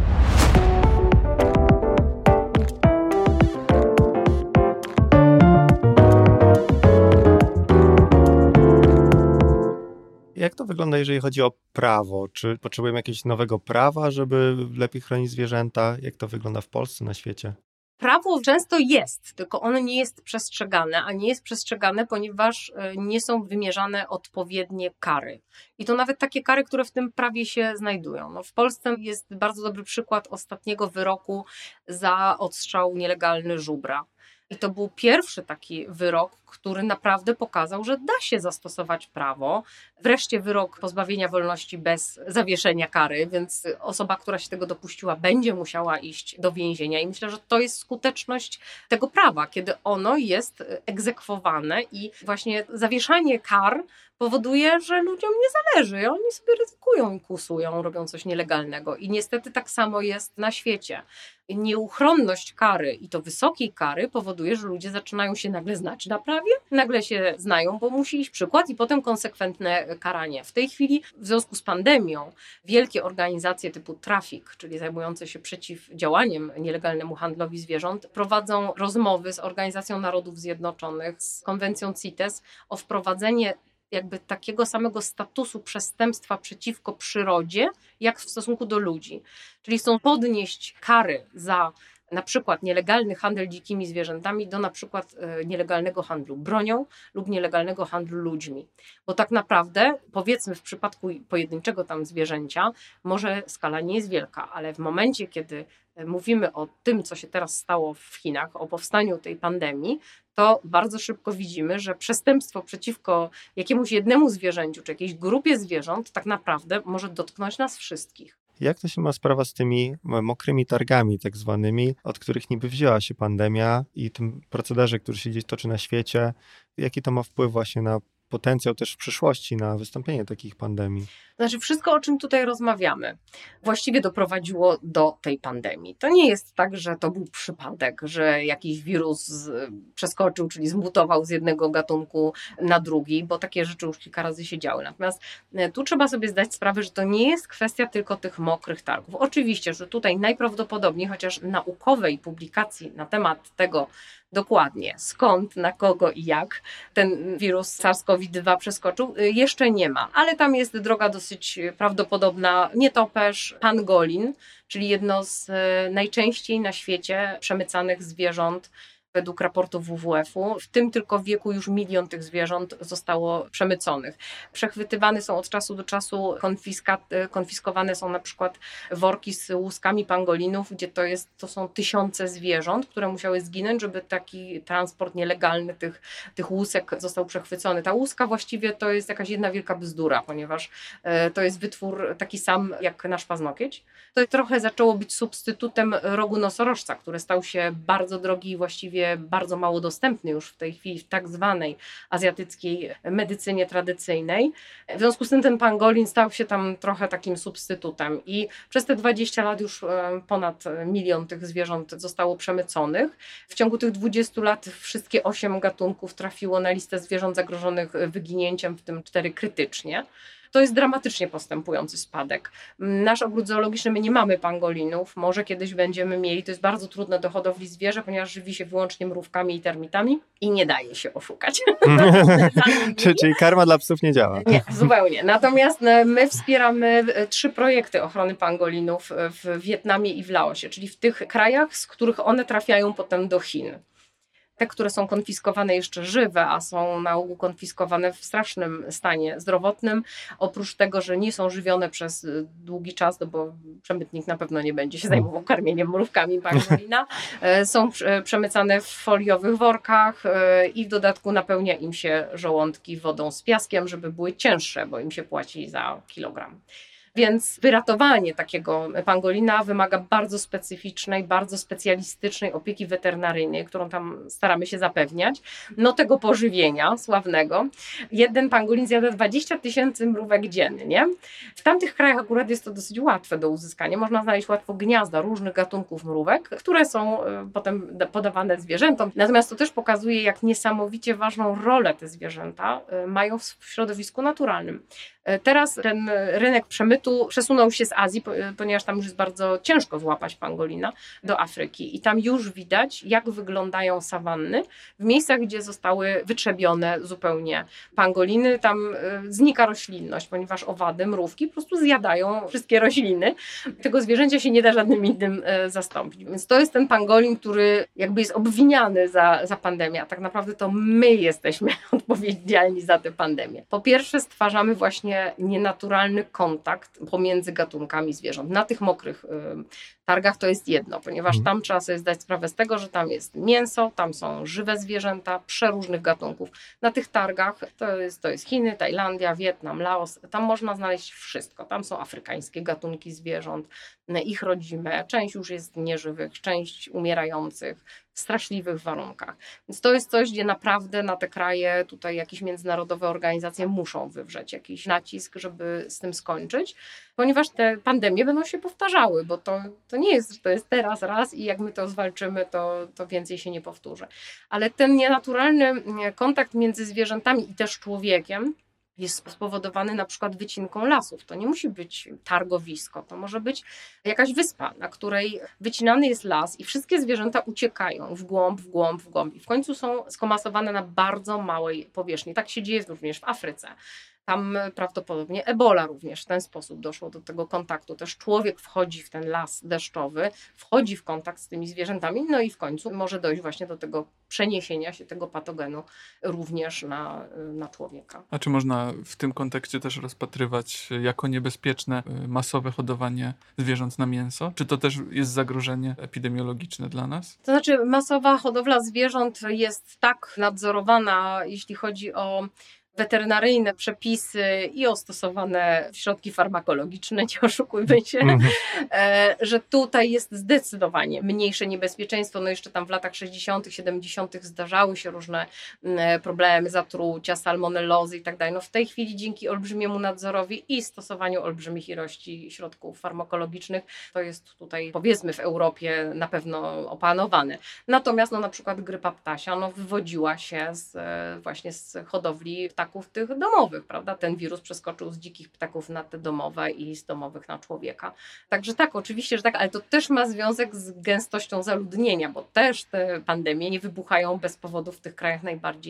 Jak to wygląda, jeżeli chodzi o prawo? Czy potrzebujemy jakiegoś nowego prawa, żeby lepiej chronić zwierzęta? Jak to wygląda w Polsce, na świecie? Prawo często jest, tylko ono nie jest przestrzegane, a nie jest przestrzegane, ponieważ nie są wymierzane odpowiednie kary. I to nawet takie kary, które w tym prawie się znajdują. No, w Polsce jest bardzo dobry przykład ostatniego wyroku za odstrzał nielegalny żubra. I to był pierwszy taki wyrok, który naprawdę pokazał, że da się zastosować prawo. Wreszcie wyrok pozbawienia wolności bez zawieszenia kary, więc osoba, która się tego dopuściła, będzie musiała iść do więzienia. I myślę, że to jest skuteczność tego prawa, kiedy ono jest egzekwowane i właśnie zawieszanie kar powoduje, że ludziom nie zależy. Oni sobie ryzykują i kusują, robią coś nielegalnego. I niestety tak samo jest na świecie. Nieuchronność kary i to wysokiej kary powoduje, że ludzie zaczynają się nagle znać na prawie, nagle się znają, bo musi iść przykład i potem konsekwentne karanie. W tej chwili w związku z pandemią wielkie organizacje typu Traffic, czyli zajmujące się przeciwdziałaniem nielegalnemu handlowi zwierząt, prowadzą rozmowy z Organizacją Narodów Zjednoczonych, z konwencją CITES o wprowadzenie jakby takiego samego statusu przestępstwa przeciwko przyrodzie, jak w stosunku do ludzi. Czyli chcą podnieść kary za na przykład nielegalny handel dzikimi zwierzętami do na przykład nielegalnego handlu bronią lub nielegalnego handlu ludźmi. Bo tak naprawdę, powiedzmy w przypadku pojedynczego tam zwierzęcia, może skala nie jest wielka, ale w momencie, kiedy mówimy o tym, co się teraz stało w Chinach, o powstaniu tej pandemii, to bardzo szybko widzimy, że przestępstwo przeciwko jakiemuś jednemu zwierzęciu czy jakiejś grupie zwierząt tak naprawdę może dotknąć nas wszystkich. Jak to się ma sprawa z tymi mokrymi targami tak zwanymi, od których niby wzięła się pandemia i tym procederze, który się gdzieś toczy na świecie, jaki to ma wpływ właśnie na potencjał też w przyszłości na wystąpienie takich pandemii? Znaczy wszystko, o czym tutaj rozmawiamy, właściwie doprowadziło do tej pandemii. To nie jest tak, że to był przypadek, że jakiś wirus przeskoczył, czyli zmutował z jednego gatunku na drugi, bo takie rzeczy już kilka razy się działy. Natomiast tu trzeba sobie zdać sprawę, że to nie jest kwestia tylko tych mokrych targów. Oczywiście, że tutaj najprawdopodobniej, chociaż naukowej publikacji na temat tego dokładnie, skąd, na kogo i jak ten wirus SARS-CoV-2 przeskoczył, jeszcze nie ma. Ale tam jest droga dosyć prawdopodobna. Nietoperz, pangolin, czyli jedno z najczęściej na świecie przemycanych zwierząt według raportu WWF-u. W tym tylko wieku już 1 milion tych zwierząt zostało przemyconych. Przechwytywane są od czasu do czasu, konfiskowane są na przykład worki z łuskami pangolinów, gdzie to są tysiące zwierząt, które musiały zginąć, żeby taki transport nielegalny tych łusek został przechwycony. Ta łuska właściwie to jest jakaś jedna wielka bzdura, ponieważ to jest wytwór taki sam jak nasz paznokieć. To trochę zaczęło być substytutem rogu nosorożca, który stał się bardzo drogi i właściwie bardzo mało dostępny już w tej chwili w tak zwanej azjatyckiej medycynie tradycyjnej. W związku z tym ten pangolin stał się tam trochę takim substytutem i przez te 20 lat już ponad 1 milion tych zwierząt zostało przemyconych. W ciągu tych 20 lat wszystkie 8 gatunków trafiło na listę zwierząt zagrożonych wyginięciem, w tym 4 krytycznie. To jest dramatycznie postępujący spadek. Nasz ogród zoologiczny, my nie mamy pangolinów, może kiedyś będziemy mieli. To jest bardzo trudne do hodowli zwierzę, ponieważ żywi się wyłącznie mrówkami i termitami i nie daje się oszukać. Czyli karma dla psów nie działa. Nie, zupełnie. Natomiast my wspieramy 3 projekty ochrony pangolinów w Wietnamie i w Laosie, czyli w tych krajach, z których one trafiają potem do Chin. Te, które są konfiskowane jeszcze żywe, a są na ogół konfiskowane w strasznym stanie zdrowotnym, oprócz tego, że nie są żywione przez długi czas, no bo przemytnik na pewno nie będzie się zajmował karmieniem mrówkami pangolina, są przemycane w foliowych workach i w dodatku napełnia im się żołądki wodą z piaskiem, żeby były cięższe, bo im się płaci za kilogram. Więc wyratowanie takiego pangolina wymaga bardzo specyficznej, bardzo specjalistycznej opieki weterynaryjnej, którą tam staramy się zapewniać. No tego pożywienia sławnego. Jeden pangolin zjada 20 000 mrówek dziennie. W tamtych krajach akurat jest to dosyć łatwe do uzyskania. Można znaleźć łatwo gniazda różnych gatunków mrówek, które są potem podawane zwierzętom. Natomiast to też pokazuje, jak niesamowicie ważną rolę te zwierzęta mają w środowisku naturalnym. Teraz ten rynek przemytu przesunął się z Azji, ponieważ tam już jest bardzo ciężko złapać pangolina, do Afryki. I tam już widać, jak wyglądają sawanny w miejscach, gdzie zostały wytrzebione zupełnie pangoliny. Tam znika roślinność, ponieważ owady, mrówki po prostu zjadają wszystkie rośliny. Tego zwierzęcia się nie da żadnym innym zastąpić. Więc to jest ten pangolin, który jakby jest obwiniany za pandemię. A tak naprawdę to my jesteśmy odpowiedzialni za tę pandemię. Po pierwsze stwarzamy właśnie nienaturalny kontakt pomiędzy gatunkami zwierząt. Na tych mokrych targach to jest jedno, ponieważ tam trzeba sobie zdać sprawę z tego, że tam jest mięso, tam są żywe zwierzęta przeróżnych gatunków. Na tych targach to jest Chiny, Tajlandia, Wietnam, Laos, tam można znaleźć wszystko. Tam są afrykańskie gatunki zwierząt, ich rodzime, część już jest nieżywych, część umierających w straszliwych warunkach. Więc to jest coś, gdzie naprawdę na te kraje tutaj jakieś międzynarodowe organizacje muszą wywrzeć jakiś nacisk, żeby z tym skończyć, ponieważ te pandemie będą się powtarzały, bo to nie jest, że to jest teraz raz i jak my to zwalczymy, to więcej się nie powtórzy. Ale ten nienaturalny kontakt między zwierzętami i też człowiekiem jest spowodowany na przykład wycinką lasów. To nie musi być targowisko, to może być jakaś wyspa, na której wycinany jest las i wszystkie zwierzęta uciekają w głąb i w końcu są skomasowane na bardzo małej powierzchni. Tak się dzieje również w Afryce. Tam prawdopodobnie Ebola również w ten sposób doszło do tego kontaktu. Też człowiek wchodzi w ten las deszczowy, wchodzi w kontakt z tymi zwierzętami, no i w końcu może dojść właśnie do tego przeniesienia się tego patogenu również na człowieka. A czy można w tym kontekście też rozpatrywać jako niebezpieczne masowe hodowanie zwierząt na mięso? Czy to też jest zagrożenie epidemiologiczne dla nas? To znaczy masowa hodowla zwierząt jest tak nadzorowana, jeśli chodzi o weterynaryjne przepisy i o stosowane środki farmakologiczne, nie oszukujmy się, że tutaj jest zdecydowanie mniejsze niebezpieczeństwo. No jeszcze tam w latach 60., 70. zdarzały się różne problemy, zatrucia, salmonellozy i tak dalej. No w tej chwili dzięki olbrzymiemu nadzorowi i stosowaniu olbrzymich ilości środków farmakologicznych to jest tutaj powiedzmy w Europie na pewno opanowane. Natomiast no na przykład grypa ptasia wywodziła się właśnie z hodowli ptaków ptaków tych domowych, prawda? Ten wirus przeskoczył z dzikich ptaków na te domowe i z domowych na człowieka. Także tak, oczywiście, że tak, ale to też ma związek z gęstością zaludnienia, bo też te pandemie nie wybuchają bez powodu w tych krajach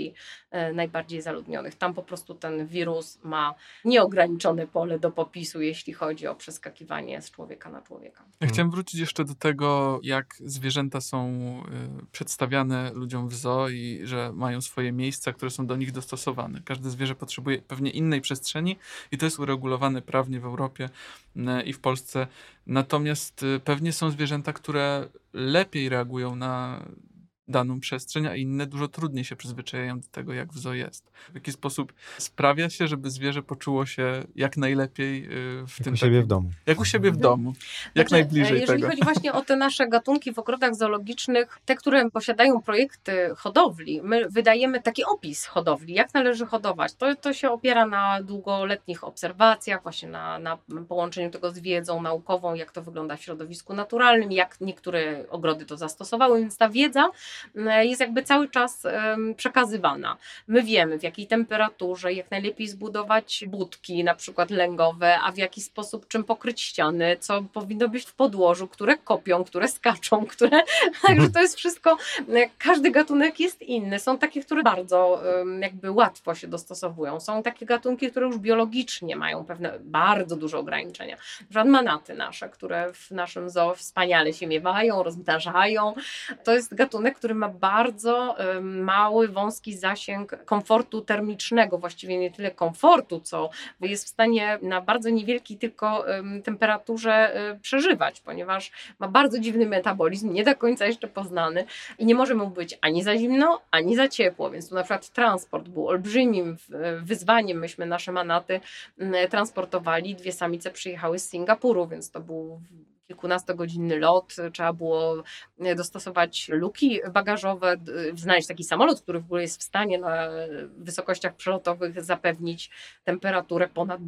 najbardziej zaludnionych. Tam po prostu ten wirus ma nieograniczone pole do popisu, jeśli chodzi o przeskakiwanie z człowieka na człowieka. Ja chciałem wrócić jeszcze do tego, jak zwierzęta są przedstawiane ludziom w zoo i że mają swoje miejsca, które są do nich dostosowane. Każde zwierzę potrzebuje pewnie innej przestrzeni i to jest uregulowane prawnie w Europie i w Polsce. Natomiast pewnie są zwierzęta, które lepiej reagują na daną przestrzeń, a inne dużo trudniej się przyzwyczajają do tego, jak w zoo jest. W jaki sposób sprawia się, żeby zwierzę poczuło się jak najlepiej w tym u siebie w domu. Jak u siebie w domu. Jak najbliżej jeżeli tego. chodzi właśnie o te nasze gatunki w ogrodach zoologicznych, te, które posiadają projekty hodowli, my wydajemy taki opis hodowli, jak należy hodować. To się opiera na długoletnich obserwacjach, właśnie na połączeniu tego z wiedzą naukową, jak to wygląda w środowisku naturalnym, jak niektóre ogrody to zastosowały, więc ta wiedza jest jakby cały czas przekazywana. My wiemy, w jakiej temperaturze, jak najlepiej zbudować budki, na przykład lęgowe, a w jaki sposób, czym pokryć ściany, co powinno być w podłożu, które kopią, które skaczą, Także to jest wszystko, każdy gatunek jest inny. Są takie, które bardzo jakby łatwo się dostosowują. Są takie gatunki, które już biologicznie mają pewne bardzo duże ograniczenia. Na przykład manaty nasze, które w naszym zoo wspaniale się miewają, rozmnażają. To jest gatunek, który ma bardzo mały, wąski zasięg komfortu termicznego, właściwie nie tyle komfortu, co jest w stanie na bardzo niewielkiej tylko temperaturze przeżywać, ponieważ ma bardzo dziwny metabolizm, nie do końca jeszcze poznany i nie może mu być ani za zimno, ani za ciepło, więc tu na przykład transport był olbrzymim wyzwaniem. Myśmy nasze manaty transportowali, 2 samice przyjechały z Singapuru, więc to był kilkunastogodzinny lot, trzeba było dostosować luki bagażowe, znaleźć taki samolot, który w ogóle jest w stanie na wysokościach przelotowych zapewnić temperaturę ponad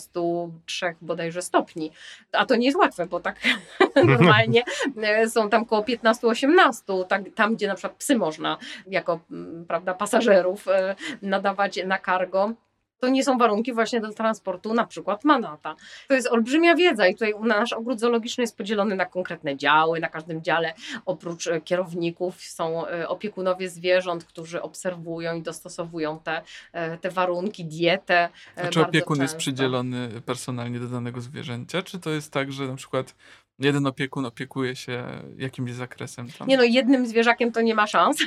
23 bodajże stopni. A to nie jest łatwe, bo tak normalnie są tam koło 15-18, tam gdzie na przykład psy można jako pasażerów nadawać na cargo. To nie są warunki właśnie do transportu na przykład manata. To jest olbrzymia wiedza i tutaj nasz ogród zoologiczny jest podzielony na konkretne działy. Na każdym dziale oprócz kierowników są opiekunowie zwierząt, którzy obserwują i dostosowują te warunki, dietę. A czy opiekun jest przydzielony personalnie do danego zwierzęcia? Czy to jest tak, że na przykład jeden opiekun opiekuje się jakimś zakresem tam? Nie no, jednym zwierzakiem to nie ma szans.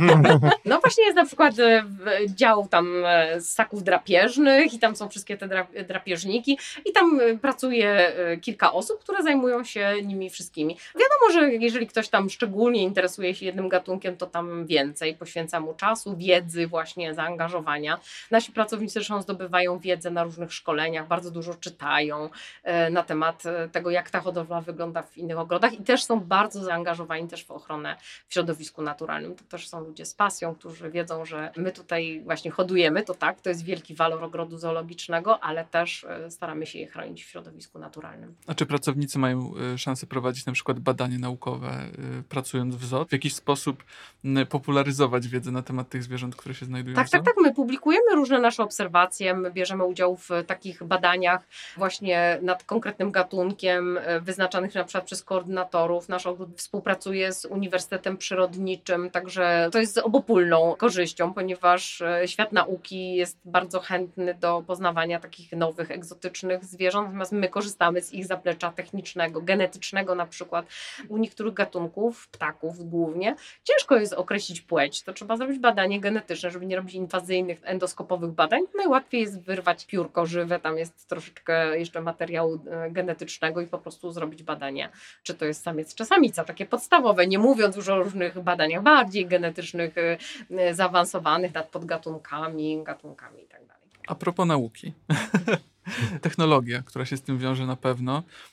No właśnie jest na przykład dział tam ssaków drapieżnych i tam są wszystkie te drapieżniki i tam pracuje kilka osób, które zajmują się nimi wszystkimi. Wiadomo, że jeżeli ktoś tam szczególnie interesuje się jednym gatunkiem, to tam więcej poświęca mu czasu, wiedzy, właśnie zaangażowania. Nasi pracownicy zresztą zdobywają wiedzę na różnych szkoleniach, bardzo dużo czytają na temat tego, jak ta hodowla wygląda w innych ogrodach i też są bardzo zaangażowani też w ochronę w środowisku naturalnym. To też są ludzie z pasją, którzy wiedzą, że my tutaj właśnie hodujemy, to tak, to jest wielki walor ogrodu zoologicznego, ale też staramy się je chronić w środowisku naturalnym. A czy pracownicy mają szansę prowadzić na przykład badania naukowe, pracując w zoo? W jakiś sposób popularyzować wiedzę na temat tych zwierząt, które się znajdują w zoo? Tak. My publikujemy różne nasze obserwacje, my bierzemy udział w takich badaniach właśnie nad konkretnym gatunkiem, wyznaczanych na przykład przez koordynatorów. Nasz ogród współpracuje z Uniwersytetem Przyrodniczym, także to jest z obopólną korzyścią, ponieważ świat nauki jest bardzo chętny do poznawania takich nowych, egzotycznych zwierząt, natomiast my korzystamy z ich zaplecza technicznego, genetycznego na przykład. U niektórych gatunków, ptaków głównie, ciężko jest określić płeć. To trzeba zrobić badanie genetyczne, żeby nie robić inwazyjnych, endoskopowych badań. Najłatwiej jest wyrwać piórko żywe, tam jest troszeczkę jeszcze materiału genetycznego i po prostu zrobić badanie, czy to jest samiec, czy samica. Takie podstawowe, nie mówiąc już o różnych badaniach bardziej genetycznych, zaawansowanych nad podgatunkami, gatunkami i tak dalej. A propos nauki. Technologia, która się z tym wiąże na pewno.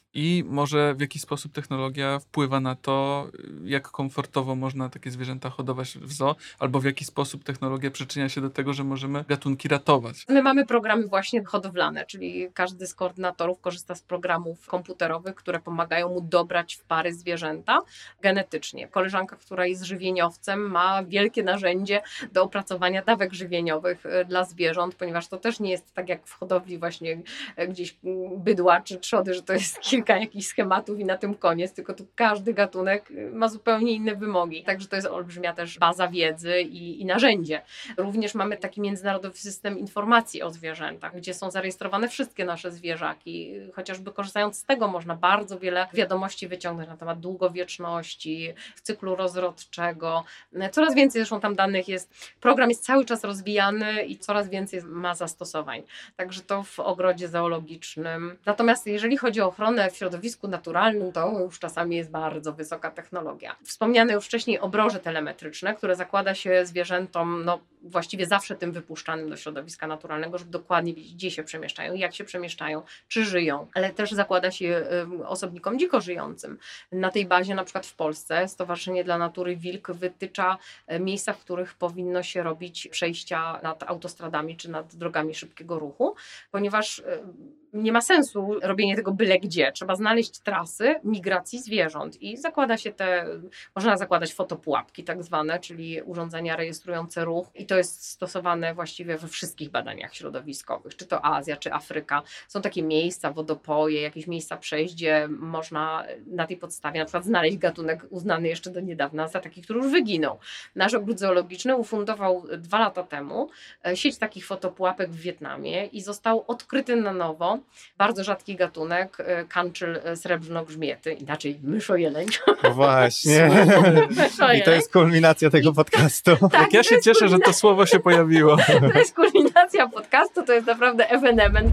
I może w jaki sposób technologia wpływa na to, jak komfortowo można takie zwierzęta hodować w zoo, albo w jaki sposób technologia przyczynia się do tego, że możemy gatunki ratować. My mamy programy właśnie hodowlane, czyli każdy z koordynatorów korzysta z programów komputerowych, które pomagają mu dobrać w pary zwierzęta genetycznie. Koleżanka, która jest żywieniowcem, ma wielkie narzędzie do opracowania dawek żywieniowych dla zwierząt, ponieważ to też nie jest tak jak w hodowli właśnie gdzieś bydła czy trzody, że to jest kilka jakichś schematów i na tym koniec, tylko tu każdy gatunek ma zupełnie inne wymogi. Także to jest olbrzymia też baza wiedzy i narzędzie. Również mamy taki międzynarodowy system informacji o zwierzętach, gdzie są zarejestrowane wszystkie nasze zwierzaki. Chociażby korzystając z tego można bardzo wiele wiadomości wyciągnąć na temat długowieczności, cyklu rozrodczego. Coraz więcej zresztą tam danych jest. Program jest cały czas rozwijany i coraz więcej ma zastosowań. Także to w ogrodzie zoologicznym. Natomiast jeżeli chodzi o ochronę w środowisku naturalnym, to już czasami jest bardzo wysoka technologia. Wspomniane już wcześniej obroże telemetryczne, które zakłada się zwierzętom, właściwie zawsze tym wypuszczanym do środowiska naturalnego, żeby dokładnie wiedzieć, gdzie się przemieszczają, jak się przemieszczają, czy żyją, ale też zakłada się osobnikom dziko żyjącym. Na tej bazie na przykład w Polsce Stowarzyszenie dla Natury Wilk wytycza miejsca, w których powinno się robić przejścia nad autostradami czy nad drogami szybkiego ruchu, ponieważ nie ma sensu robienie tego byle gdzie. Trzeba znaleźć trasy migracji zwierząt i można zakładać fotopułapki tak zwane, czyli urządzenia rejestrujące ruch i to jest stosowane właściwie we wszystkich badaniach środowiskowych, czy to Azja, czy Afryka. Są takie miejsca, wodopoje, jakieś miejsca przejść, gdzie można na tej podstawie na przykład znaleźć gatunek uznany jeszcze do niedawna za taki, który już wyginął. Nasz ogród zoologiczny ufundował 2 lata temu sieć takich fotopułapek w Wietnamie i został odkryty na nowo bardzo rzadki gatunek, kanczyl srebrnogrzmiety, inaczej myszojeleń. No właśnie. I to jest kulminacja tego podcastu. Tak, Ja się cieszę, że to słowo się pojawiło. To jest kulminacja podcastu, to jest naprawdę ewenement.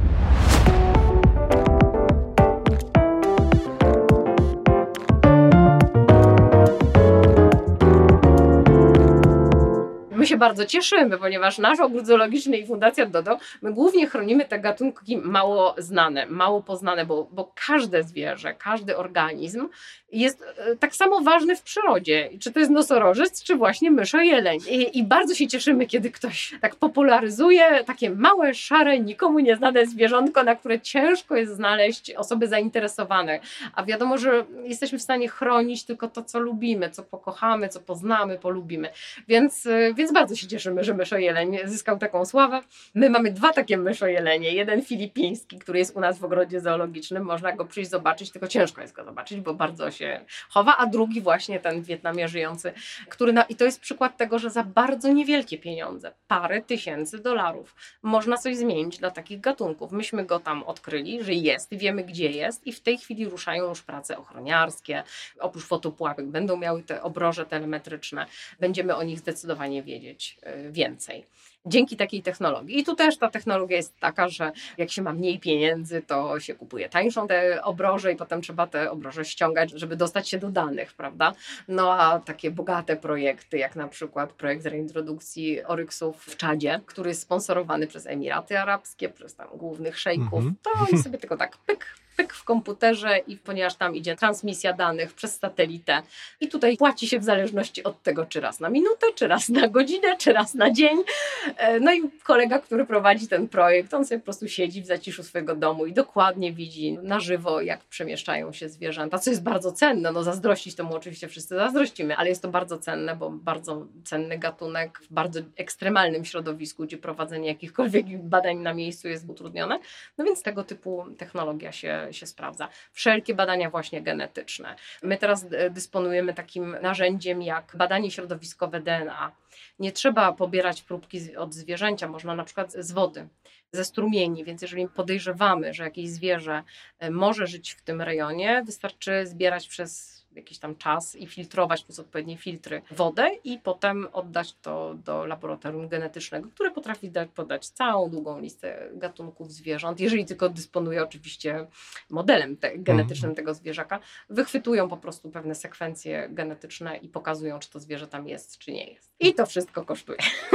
My się bardzo cieszymy, ponieważ nasz ogród zoologiczny i Fundacja DODO, my głównie chronimy te gatunki mało znane, mało poznane, bo każde zwierzę, każdy organizm jest tak samo ważny w przyrodzie. Czy to jest nosorożec, czy właśnie myszojeleń. I bardzo się cieszymy, kiedy ktoś tak popularyzuje takie małe, szare, nikomu nieznane zwierzątko, na które ciężko jest znaleźć osoby zainteresowane. A wiadomo, że jesteśmy w stanie chronić tylko to, co lubimy, co pokochamy, co poznamy, polubimy. Więc bardzo się cieszymy, że myszojeleń zyskał taką sławę. My mamy 2 takie myszojelenie. Jeden filipiński, który jest u nas w ogrodzie zoologicznym. Można go przyjść zobaczyć, tylko ciężko jest go zobaczyć, bo bardzo się chowa. A drugi właśnie ten w Wietnamie żyjący, i to jest przykład tego, że za bardzo niewielkie pieniądze, parę tysięcy dolarów, można coś zmienić dla takich gatunków. Myśmy go tam odkryli, że jest, wiemy gdzie jest i w tej chwili ruszają już prace ochroniarskie. Oprócz fotopułapek będą miały te obroże telemetryczne. Będziemy o nich zdecydowanie wiedzieć więcej. Dzięki takiej technologii. I tu też ta technologia jest taka, że jak się ma mniej pieniędzy, to się kupuje tańszą te obroże i potem trzeba te obroże ściągać, żeby dostać się do danych, prawda? No a takie bogate projekty, jak na przykład projekt reintrodukcji oryksów w Czadzie, który jest sponsorowany przez Emiraty Arabskie, przez tam głównych szejków, to oni sobie tylko tak pyk w komputerze i ponieważ tam idzie transmisja danych przez satelitę i tutaj płaci się w zależności od tego, czy raz na minutę, czy raz na godzinę, czy raz na dzień. No i kolega, który prowadzi ten projekt, on sobie po prostu siedzi w zaciszu swojego domu i dokładnie widzi na żywo, jak przemieszczają się zwierzęta, co jest bardzo cenne. No zazdrościć to mu oczywiście wszyscy zazdrościmy, ale jest to bardzo cenne, bo bardzo cenny gatunek w bardzo ekstremalnym środowisku, gdzie prowadzenie jakichkolwiek badań na miejscu jest utrudnione. No więc tego typu technologia się sprawdza. Wszelkie badania właśnie genetyczne. My teraz dysponujemy takim narzędziem jak badanie środowiskowe DNA. Nie trzeba pobierać próbki od zwierzęcia, można na przykład z wody, ze strumieni, więc jeżeli podejrzewamy, że jakieś zwierzę może żyć w tym rejonie, wystarczy zbierać przez jakiś tam czas i filtrować przez odpowiednie filtry wodę i potem oddać to do laboratorium genetycznego, które potrafi podać całą długą listę gatunków zwierząt, jeżeli tylko dysponuje oczywiście modelem genetycznym tego zwierzaka, wychwytują po prostu pewne sekwencje genetyczne i pokazują, czy to zwierzę tam jest, czy nie jest. I to wszystko kosztuje.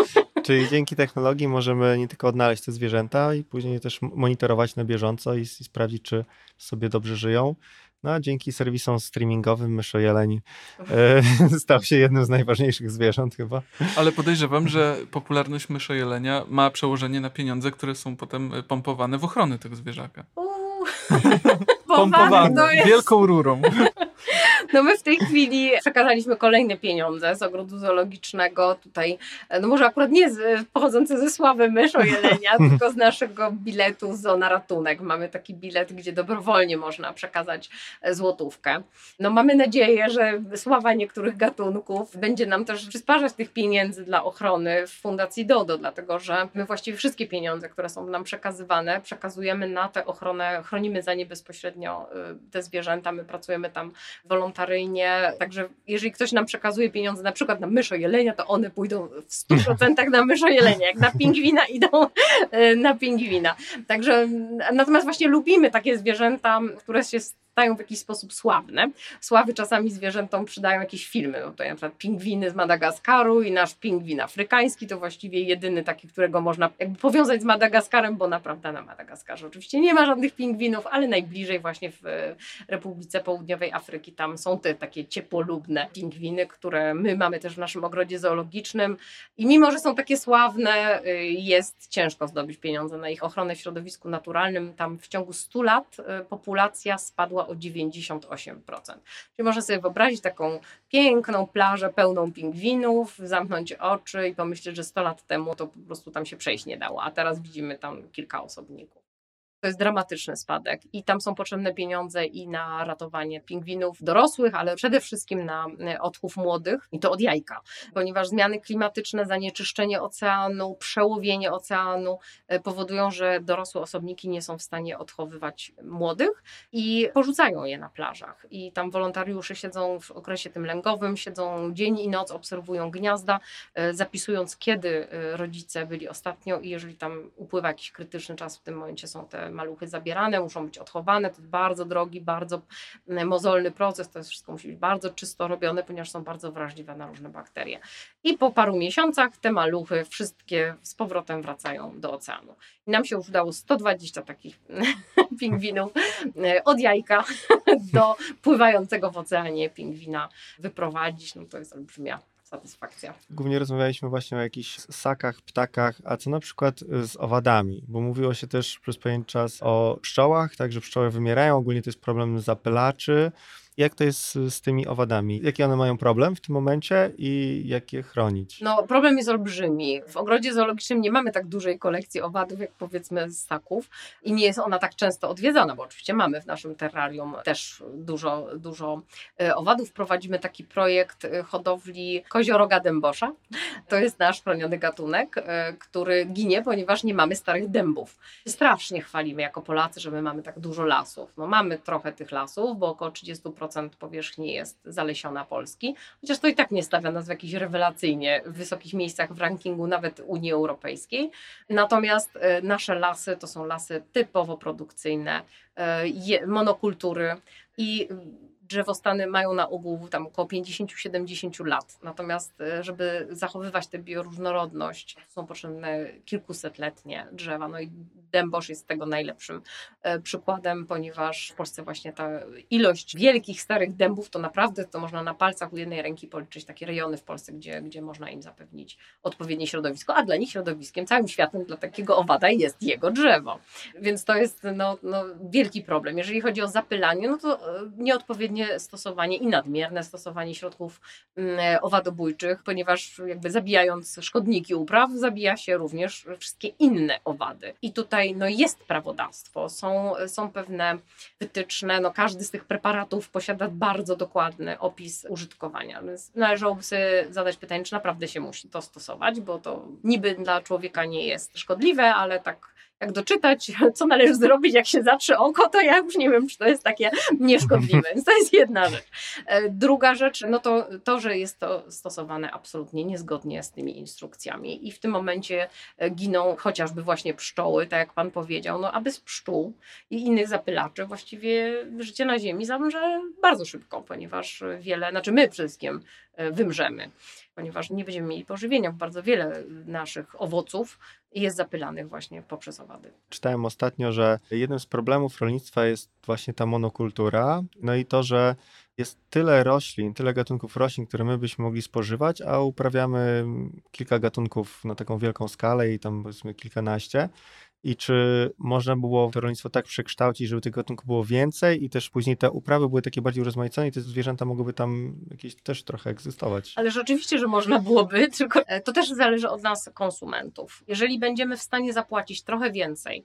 Czyli dzięki technologii możemy nie tylko odnaleźć te zwierzęta i później je też monitorować na bieżąco i sprawdzić, czy sobie dobrze żyją. No a dzięki serwisom streamingowym myszojeleń stał się jednym z najważniejszych zwierząt chyba. Ale podejrzewam, że popularność myszojelenia ma przełożenie na pieniądze, które są potem pompowane w ochronę tego zwierzaka. To jest... wielką rurą. No my w tej chwili przekazaliśmy kolejne pieniądze z ogrodu zoologicznego tutaj, no może akurat nie pochodzące ze sławy myszojelenia, tylko z naszego biletu Zoo na ratunek. Mamy taki bilet, gdzie dobrowolnie można przekazać złotówkę. No mamy nadzieję, że sława niektórych gatunków będzie nam też przysparzać tych pieniędzy dla ochrony w Fundacji DODO, dlatego że my właściwie wszystkie pieniądze, które są nam przekazywane, przekazujemy na tę ochronę, chronimy za nie bezpośrednio te zwierzęta, my pracujemy tam wolontaryjnie, także jeżeli ktoś nam przekazuje pieniądze na przykład na myszojelenia, to one pójdą w 100% na myszojelenia, jak na pingwina idą na pingwina. Także natomiast właśnie lubimy takie zwierzęta, które się stają w jakiś sposób sławne. Sławy czasami zwierzętom przydają jakieś filmy. No to na przykład pingwiny z Madagaskaru i nasz pingwin afrykański to właściwie jedyny taki, którego można jakby powiązać z Madagaskarem, bo naprawdę na Madagaskarze oczywiście nie ma żadnych pingwinów, ale najbliżej właśnie w Republice Południowej Afryki tam są te takie ciepłolubne pingwiny, które my mamy też w naszym ogrodzie zoologicznym i mimo, że są takie sławne, jest ciężko zdobyć pieniądze na ich ochronę w środowisku naturalnym. Tam w ciągu 100 lat populacja spadła o 98%. Czyli można sobie wyobrazić taką piękną plażę pełną pingwinów, zamknąć oczy i pomyśleć, że 100 lat temu to po prostu tam się przejść nie dało, a teraz widzimy tam kilka osobników. To jest dramatyczny spadek i tam są potrzebne pieniądze i na ratowanie pingwinów dorosłych, ale przede wszystkim na odchów młodych i to od jajka, ponieważ zmiany klimatyczne, zanieczyszczenie oceanu, przełowienie oceanu powodują, że dorosłe osobniki nie są w stanie odchowywać młodych i porzucają je na plażach. I tam wolontariusze siedzą w okresie tym lęgowym, siedzą dzień i noc, obserwują gniazda, zapisując kiedy rodzice byli ostatnio i jeżeli tam upływa jakiś krytyczny czas, w tym momencie są te maluchy zabierane, muszą być odchowane, to jest bardzo drogi, bardzo mozolny proces, to jest wszystko musi być bardzo czysto robione, ponieważ są bardzo wrażliwe na różne bakterie. I po paru miesiącach te maluchy wszystkie z powrotem wracają do oceanu. I nam się już udało 120 takich pingwinów od jajka do pływającego w oceanie pingwina wyprowadzić, no to jest olbrzymia satysfakcja. Głównie rozmawialiśmy właśnie o jakichś ssakach, ptakach, a co na przykład z owadami? Bo mówiło się też przez pewien czas o pszczołach, tak, że pszczoły wymierają, ogólnie to jest problem zapylaczy. Jak to jest z tymi owadami? Jaki one mają problem w tym momencie i jak je chronić? No, problem jest olbrzymi. W ogrodzie zoologicznym nie mamy tak dużej kolekcji owadów, jak powiedzmy ssaków i nie jest ona tak często odwiedzana, bo oczywiście mamy w naszym terrarium też dużo owadów. Prowadzimy taki projekt hodowli kozioroga dębosza. To jest nasz chroniony gatunek, który ginie, ponieważ nie mamy starych dębów. Strasznie chwalimy jako Polacy, że my mamy tak dużo lasów. No mamy trochę tych lasów, bo około 30% powierzchni jest zalesiona Polski, chociaż to i tak nie stawia nas w jakichś rewelacyjnie wysokich miejscach w rankingu nawet Unii Europejskiej. Natomiast nasze lasy to są lasy typowo produkcyjne, monokultury i drzewostany mają na ogół tam około 50-70 lat. Natomiast żeby zachowywać tę bioróżnorodność, są potrzebne kilkusetletnie drzewa. No i dębosz jest tego najlepszym przykładem, ponieważ w Polsce właśnie ta ilość wielkich, starych dębów to naprawdę to można na palcach u jednej ręki policzyć takie rejony w Polsce, gdzie można im zapewnić odpowiednie środowisko, a dla nich środowiskiem, całym światem dla takiego owada jest jego drzewo. Więc to jest wielki problem. Jeżeli chodzi o zapylanie, no to nieodpowiednie stosowanie i nadmierne stosowanie środków owadobójczych, ponieważ jakby zabijając szkodniki upraw, zabija się również wszystkie inne owady. I tutaj jest prawodawstwo, są pewne wytyczne, każdy z tych preparatów posiada bardzo dokładny opis użytkowania. Więc należałoby sobie zadać pytanie, czy naprawdę się musi to stosować, bo to niby dla człowieka nie jest szkodliwe, ale tak jak doczytać, co należy zrobić, jak się zatrze oko, to ja już nie wiem, czy to jest takie nieszkodliwe. Więc to jest jedna rzecz. Druga rzecz, no to, że jest to stosowane absolutnie niezgodnie z tymi instrukcjami i w tym momencie giną chociażby właśnie pszczoły, tak jak pan powiedział, no a bez pszczół i innych zapylaczy właściwie życie na Ziemi zamrze bardzo szybko, ponieważ my przede wszystkim wymrzemy, ponieważ nie będziemy mieli pożywienia, bo bardzo wiele naszych owoców jest zapylanych właśnie poprzez owady. Czytałem ostatnio, że jednym z problemów rolnictwa jest właśnie ta monokultura, no i to, że jest tyle roślin, tyle gatunków roślin, które my byśmy mogli spożywać, a uprawiamy kilka gatunków na taką wielką skalę i tam powiedzmy kilkanaście. I czy można było to rolnictwo tak przekształcić, żeby tych gatunków było więcej i też później te uprawy były takie bardziej urozmaicone i te zwierzęta mogłyby tam jakieś też trochę egzystować? Ale rzeczywiście, że można byłoby, tylko to też zależy od nas, konsumentów. Jeżeli będziemy w stanie zapłacić trochę więcej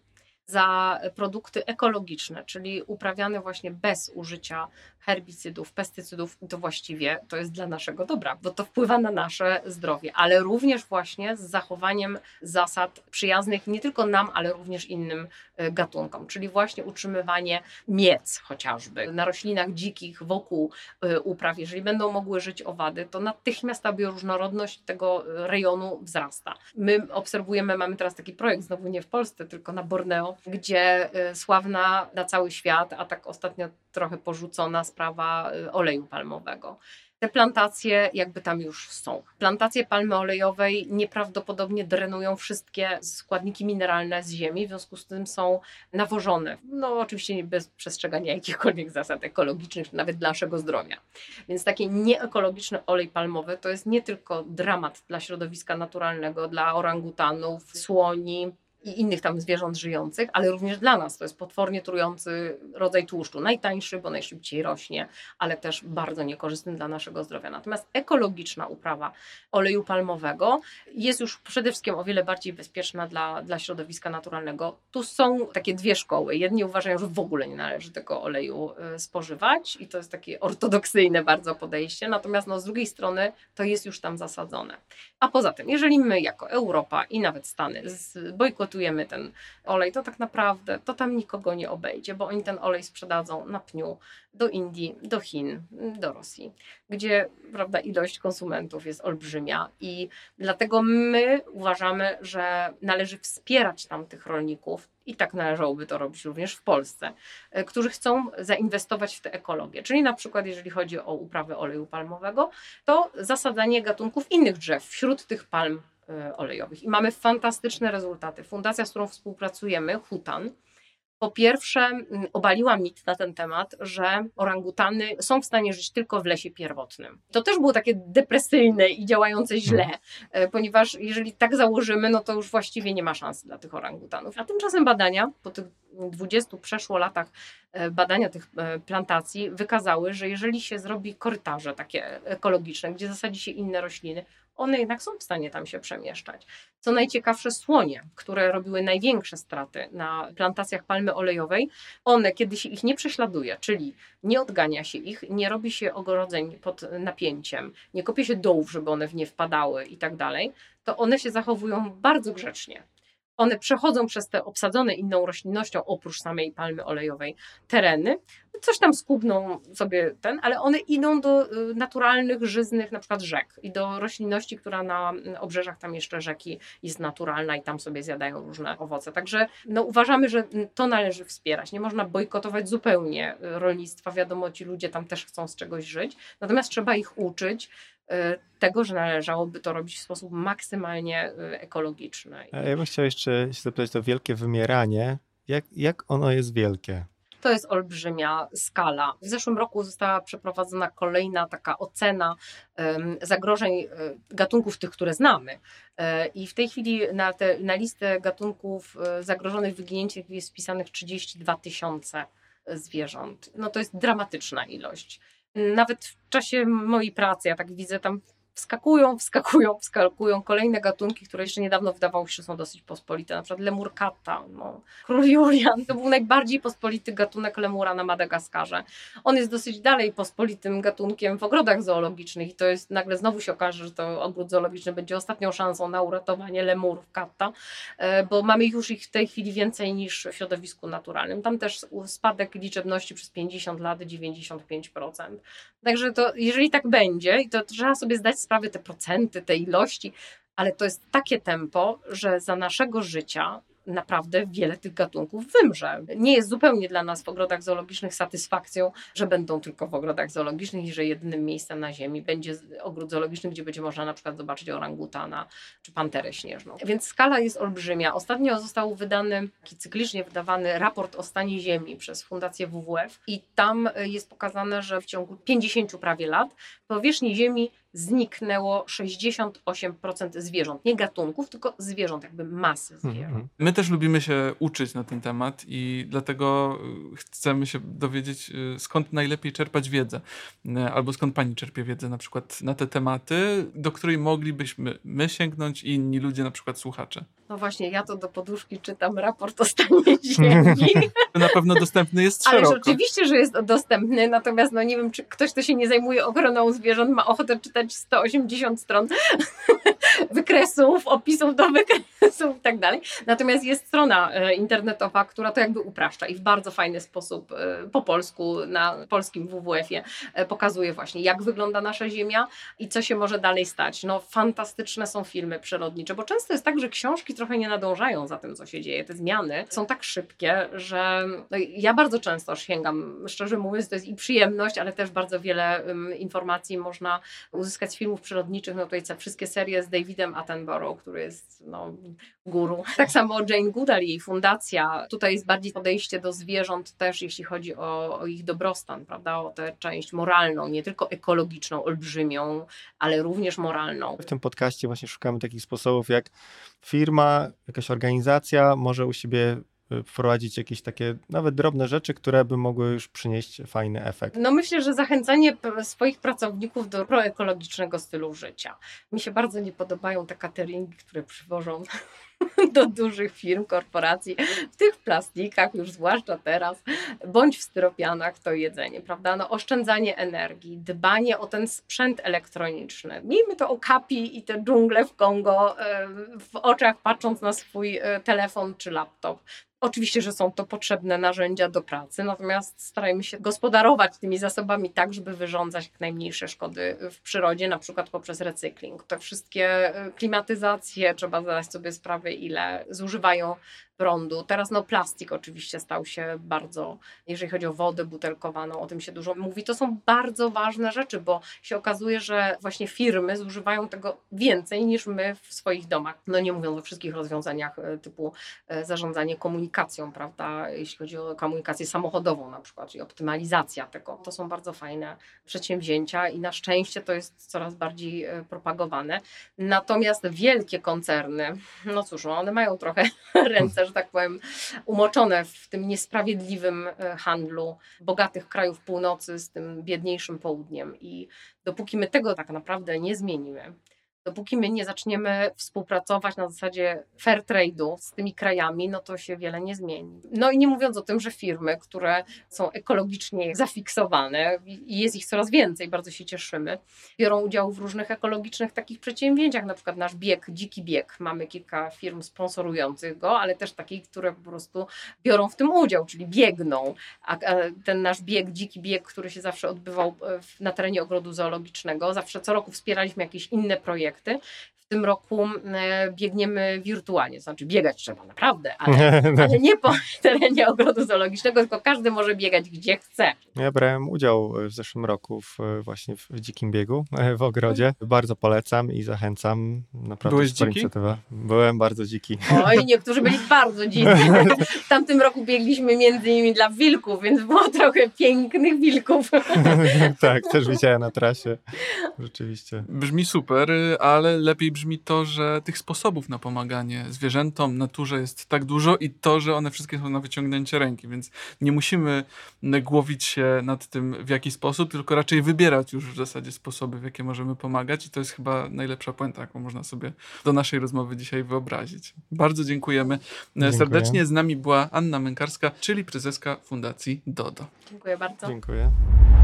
za produkty ekologiczne, czyli uprawiane właśnie bez użycia herbicydów, pestycydów, to właściwie to jest dla naszego dobra, bo to wpływa na nasze zdrowie, ale również właśnie z zachowaniem zasad przyjaznych nie tylko nam, ale również innym gatunkom, czyli właśnie utrzymywanie miec chociażby na roślinach dzikich wokół upraw. Jeżeli będą mogły żyć owady, to natychmiast ta bioróżnorodność tego rejonu wzrasta. My obserwujemy, mamy teraz taki projekt, znowu nie w Polsce, tylko na Borneo, gdzie sławna na cały świat, a tak ostatnio trochę porzucona sprawa oleju palmowego. Te plantacje jakby tam już są. Plantacje palmy olejowej nieprawdopodobnie drenują wszystkie składniki mineralne z ziemi, w związku z tym są nawożone. No oczywiście bez przestrzegania jakichkolwiek zasad ekologicznych, nawet dla naszego zdrowia. Więc taki nieekologiczny olej palmowy to jest nie tylko dramat dla środowiska naturalnego, dla orangutanów, słoni i innych tam zwierząt żyjących, ale również dla nas to jest potwornie trujący rodzaj tłuszczu. Najtańszy, bo najszybciej rośnie, ale też bardzo niekorzystny dla naszego zdrowia. Natomiast ekologiczna uprawa oleju palmowego jest już przede wszystkim o wiele bardziej bezpieczna dla środowiska naturalnego. Tu są takie dwie szkoły. Jedni uważają, że w ogóle nie należy tego oleju spożywać i to jest takie ortodoksyjne bardzo podejście, natomiast z drugiej strony to jest już tam zasadzone. A poza tym, jeżeli my jako Europa i nawet Stany bojkotujemy ten olej, to tak naprawdę to tam nikogo nie obejdzie, bo oni ten olej sprzedadzą na pniu do Indii, do Chin, do Rosji, gdzie prawda, ilość konsumentów jest olbrzymia i dlatego my uważamy, że należy wspierać tamtych rolników i tak należałoby to robić również w Polsce, którzy chcą zainwestować w tę ekologię. Czyli na przykład jeżeli chodzi o uprawę oleju palmowego, to zasadzanie gatunków innych drzew wśród tych palm olejowych. I mamy fantastyczne rezultaty. Fundacja, z którą współpracujemy, Hutan, po pierwsze obaliła mit na ten temat, że orangutany są w stanie żyć tylko w lesie pierwotnym. To też było takie depresyjne i działające źle, ponieważ jeżeli tak założymy, no to już właściwie nie ma szans dla tych orangutanów. A tymczasem badania, po tych 20 przeszło latach badania tych plantacji wykazały, że jeżeli się zrobi korytarze takie ekologiczne, gdzie zasadzi się inne rośliny, one jednak są w stanie tam się przemieszczać. Co najciekawsze, słonie, które robiły największe straty na plantacjach palmy olejowej, one, kiedy się ich nie prześladuje, czyli nie odgania się ich, nie robi się ogrodzeń pod napięciem, nie kopie się dołów, żeby one w nie wpadały i tak dalej, to one się zachowują bardzo grzecznie. One przechodzą przez te obsadzone inną roślinnością, oprócz samej palmy olejowej, tereny, coś tam skubną sobie ale one idą do naturalnych, żyznych na przykład rzek i do roślinności, która na obrzeżach tam jeszcze rzeki jest naturalna i tam sobie zjadają różne owoce. Także uważamy, że to należy wspierać. Nie można bojkotować zupełnie rolnictwa. Wiadomo, ci ludzie tam też chcą z czegoś żyć, natomiast trzeba ich uczyć tego, że należałoby to robić w sposób maksymalnie ekologiczny. Ja bym chciał jeszcze się zapytać, to wielkie wymieranie, jak ono jest wielkie? To jest olbrzymia skala. W zeszłym roku została przeprowadzona kolejna taka ocena zagrożeń gatunków tych, które znamy. I w tej chwili na listę gatunków zagrożonych wyginięciem jest wpisanych 32 000 zwierząt. To jest dramatyczna ilość. Nawet w czasie mojej pracy, ja tak widzę tam wskakują kolejne gatunki, które jeszcze niedawno wydawało się, że są dosyć pospolite. Na przykład lemur kata, król Julian. To był najbardziej pospolity gatunek lemura na Madagaskarze. On jest dosyć dalej pospolitym gatunkiem w ogrodach zoologicznych i to jest, nagle znowu się okaże, że to ogród zoologiczny będzie ostatnią szansą na uratowanie lemurów kata, bo mamy już ich w tej chwili więcej niż w środowisku naturalnym. Tam też spadek liczebności przez 50 lat 95%. Także to, jeżeli tak będzie, to trzeba sobie zdać sprawę te procenty, te ilości, ale to jest takie tempo, że za naszego życia naprawdę wiele tych gatunków wymrze. Nie jest zupełnie dla nas w ogrodach zoologicznych satysfakcją, że będą tylko w ogrodach zoologicznych i że jedynym miejscem na ziemi będzie ogród zoologiczny, gdzie będzie można na przykład zobaczyć orangutana czy panterę śnieżną. Więc skala jest olbrzymia. Ostatnio został wydany, taki cyklicznie wydawany raport o stanie ziemi przez Fundację WWF i tam jest pokazane, że w ciągu 50 prawie lat z powierzchni ziemi zniknęło 68% zwierząt. Nie gatunków, tylko zwierząt, jakby masy zwierząt. My też lubimy się uczyć na ten temat i dlatego chcemy się dowiedzieć, skąd najlepiej czerpać wiedzę. Albo skąd pani czerpie wiedzę na przykład na te tematy, do której moglibyśmy my sięgnąć i inni ludzie, na przykład słuchacze. No właśnie, ja to do poduszki czytam raport o stanie ziemi. Na pewno dostępny jest szeroko. Ale oczywiście, że jest dostępny, natomiast nie wiem, czy ktoś, kto się nie zajmuje ochroną zwierząt, ma ochotę czytać 180 stron wykresów, opisów do wykresów i tak dalej. Natomiast jest strona internetowa, która to jakby upraszcza i w bardzo fajny sposób po polsku na polskim WWF-ie pokazuje właśnie, jak wygląda nasza Ziemia i co się może dalej stać. Fantastyczne są filmy przyrodnicze, bo często jest tak, że książki trochę nie nadążają za tym, co się dzieje. Te zmiany są tak szybkie, że ja bardzo często sięgam, szczerze mówiąc, to jest i przyjemność, ale też bardzo wiele informacji można uzyskać z filmów przyrodniczych. Tutaj wszystkie serie z Davidem Attenborough, który jest guru. Tak samo Jane Goodall, jej fundacja. Tutaj jest bardziej podejście do zwierząt też, jeśli chodzi o ich dobrostan, prawda? O tę część moralną, nie tylko ekologiczną, olbrzymią, ale również moralną. W tym podcaście właśnie szukamy takich sposobów, jak firma, jakaś organizacja może u siebie wprowadzić jakieś takie nawet drobne rzeczy, które by mogły już przynieść fajny efekt. Myślę, że zachęcanie swoich pracowników do proekologicznego stylu życia. Mi się bardzo nie podobają te cateringi, które przywożą do dużych firm, korporacji, w tych plastikach, już zwłaszcza teraz, bądź w styropianach to jedzenie, prawda? Oszczędzanie energii, dbanie o ten sprzęt elektroniczny. Miejmy to okapi i te dżungle w Kongo w oczach, patrząc na swój telefon czy laptop. Oczywiście, że są to potrzebne narzędzia do pracy, natomiast starajmy się gospodarować tymi zasobami tak, żeby wyrządzać jak najmniejsze szkody w przyrodzie, na przykład poprzez recykling. Te wszystkie klimatyzacje, trzeba zdać sobie sprawę, ile zużywają prądu. Teraz plastik oczywiście stał się bardzo, jeżeli chodzi o wodę butelkowaną, o tym się dużo mówi. To są bardzo ważne rzeczy, bo się okazuje, że właśnie firmy zużywają tego więcej niż my w swoich domach. Nie mówiąc o wszystkich rozwiązaniach typu zarządzanie komunikacją, prawda, jeśli chodzi o komunikację samochodową na przykład, czyli optymalizacja tego. To są bardzo fajne przedsięwzięcia i na szczęście to jest coraz bardziej propagowane. Natomiast wielkie koncerny, cóż, one mają trochę ręce, że tak powiem, umoczone w tym niesprawiedliwym handlu bogatych krajów północy z tym biedniejszym południem. I dopóki my tego tak naprawdę nie zmienimy, dopóki my nie zaczniemy współpracować na zasadzie fair trade'u z tymi krajami, to się wiele nie zmieni. I nie mówiąc o tym, że firmy, które są ekologicznie zafiksowane i jest ich coraz więcej, bardzo się cieszymy, biorą udział w różnych ekologicznych takich przedsięwzięciach, na przykład nasz bieg, Dziki Bieg. Mamy kilka firm sponsorujących go, ale też takich, które po prostu biorą w tym udział, czyli biegną. A ten nasz bieg, Dziki Bieg, który się zawsze odbywał na terenie ogrodu zoologicznego, zawsze co roku wspieraliśmy jakieś inne projekty. W tym roku biegniemy wirtualnie, to znaczy biegać trzeba naprawdę, ale nie po terenie ogrodu zoologicznego, tylko każdy może biegać gdzie chce. Ja brałem udział w zeszłym roku właśnie w dzikim biegu w ogrodzie. Bardzo polecam i zachęcam. Naprawdę Byłeś super dziki? inicjatywa. Byłem bardzo dziki. Oj, niektórzy byli bardzo dziki. W tamtym roku biegliśmy między innymi dla wilków, więc było trochę pięknych wilków. Tak, też widziałem na trasie. Rzeczywiście. Brzmi super, ale lepiej brzmi to, że tych sposobów na pomaganie zwierzętom, naturze jest tak dużo i to, że one wszystkie są na wyciągnięcie ręki, więc nie musimy głowić się nad tym, w jaki sposób, tylko raczej wybierać już w zasadzie sposoby, w jakie możemy pomagać i to jest chyba najlepsza puenta, jaką można sobie do naszej rozmowy dzisiaj wyobrazić. Bardzo dziękujemy. Dziękuję. Serdecznie z nami była Anna Mękarska, czyli prezeska Fundacji DODO. Dziękuję bardzo. Dziękuję.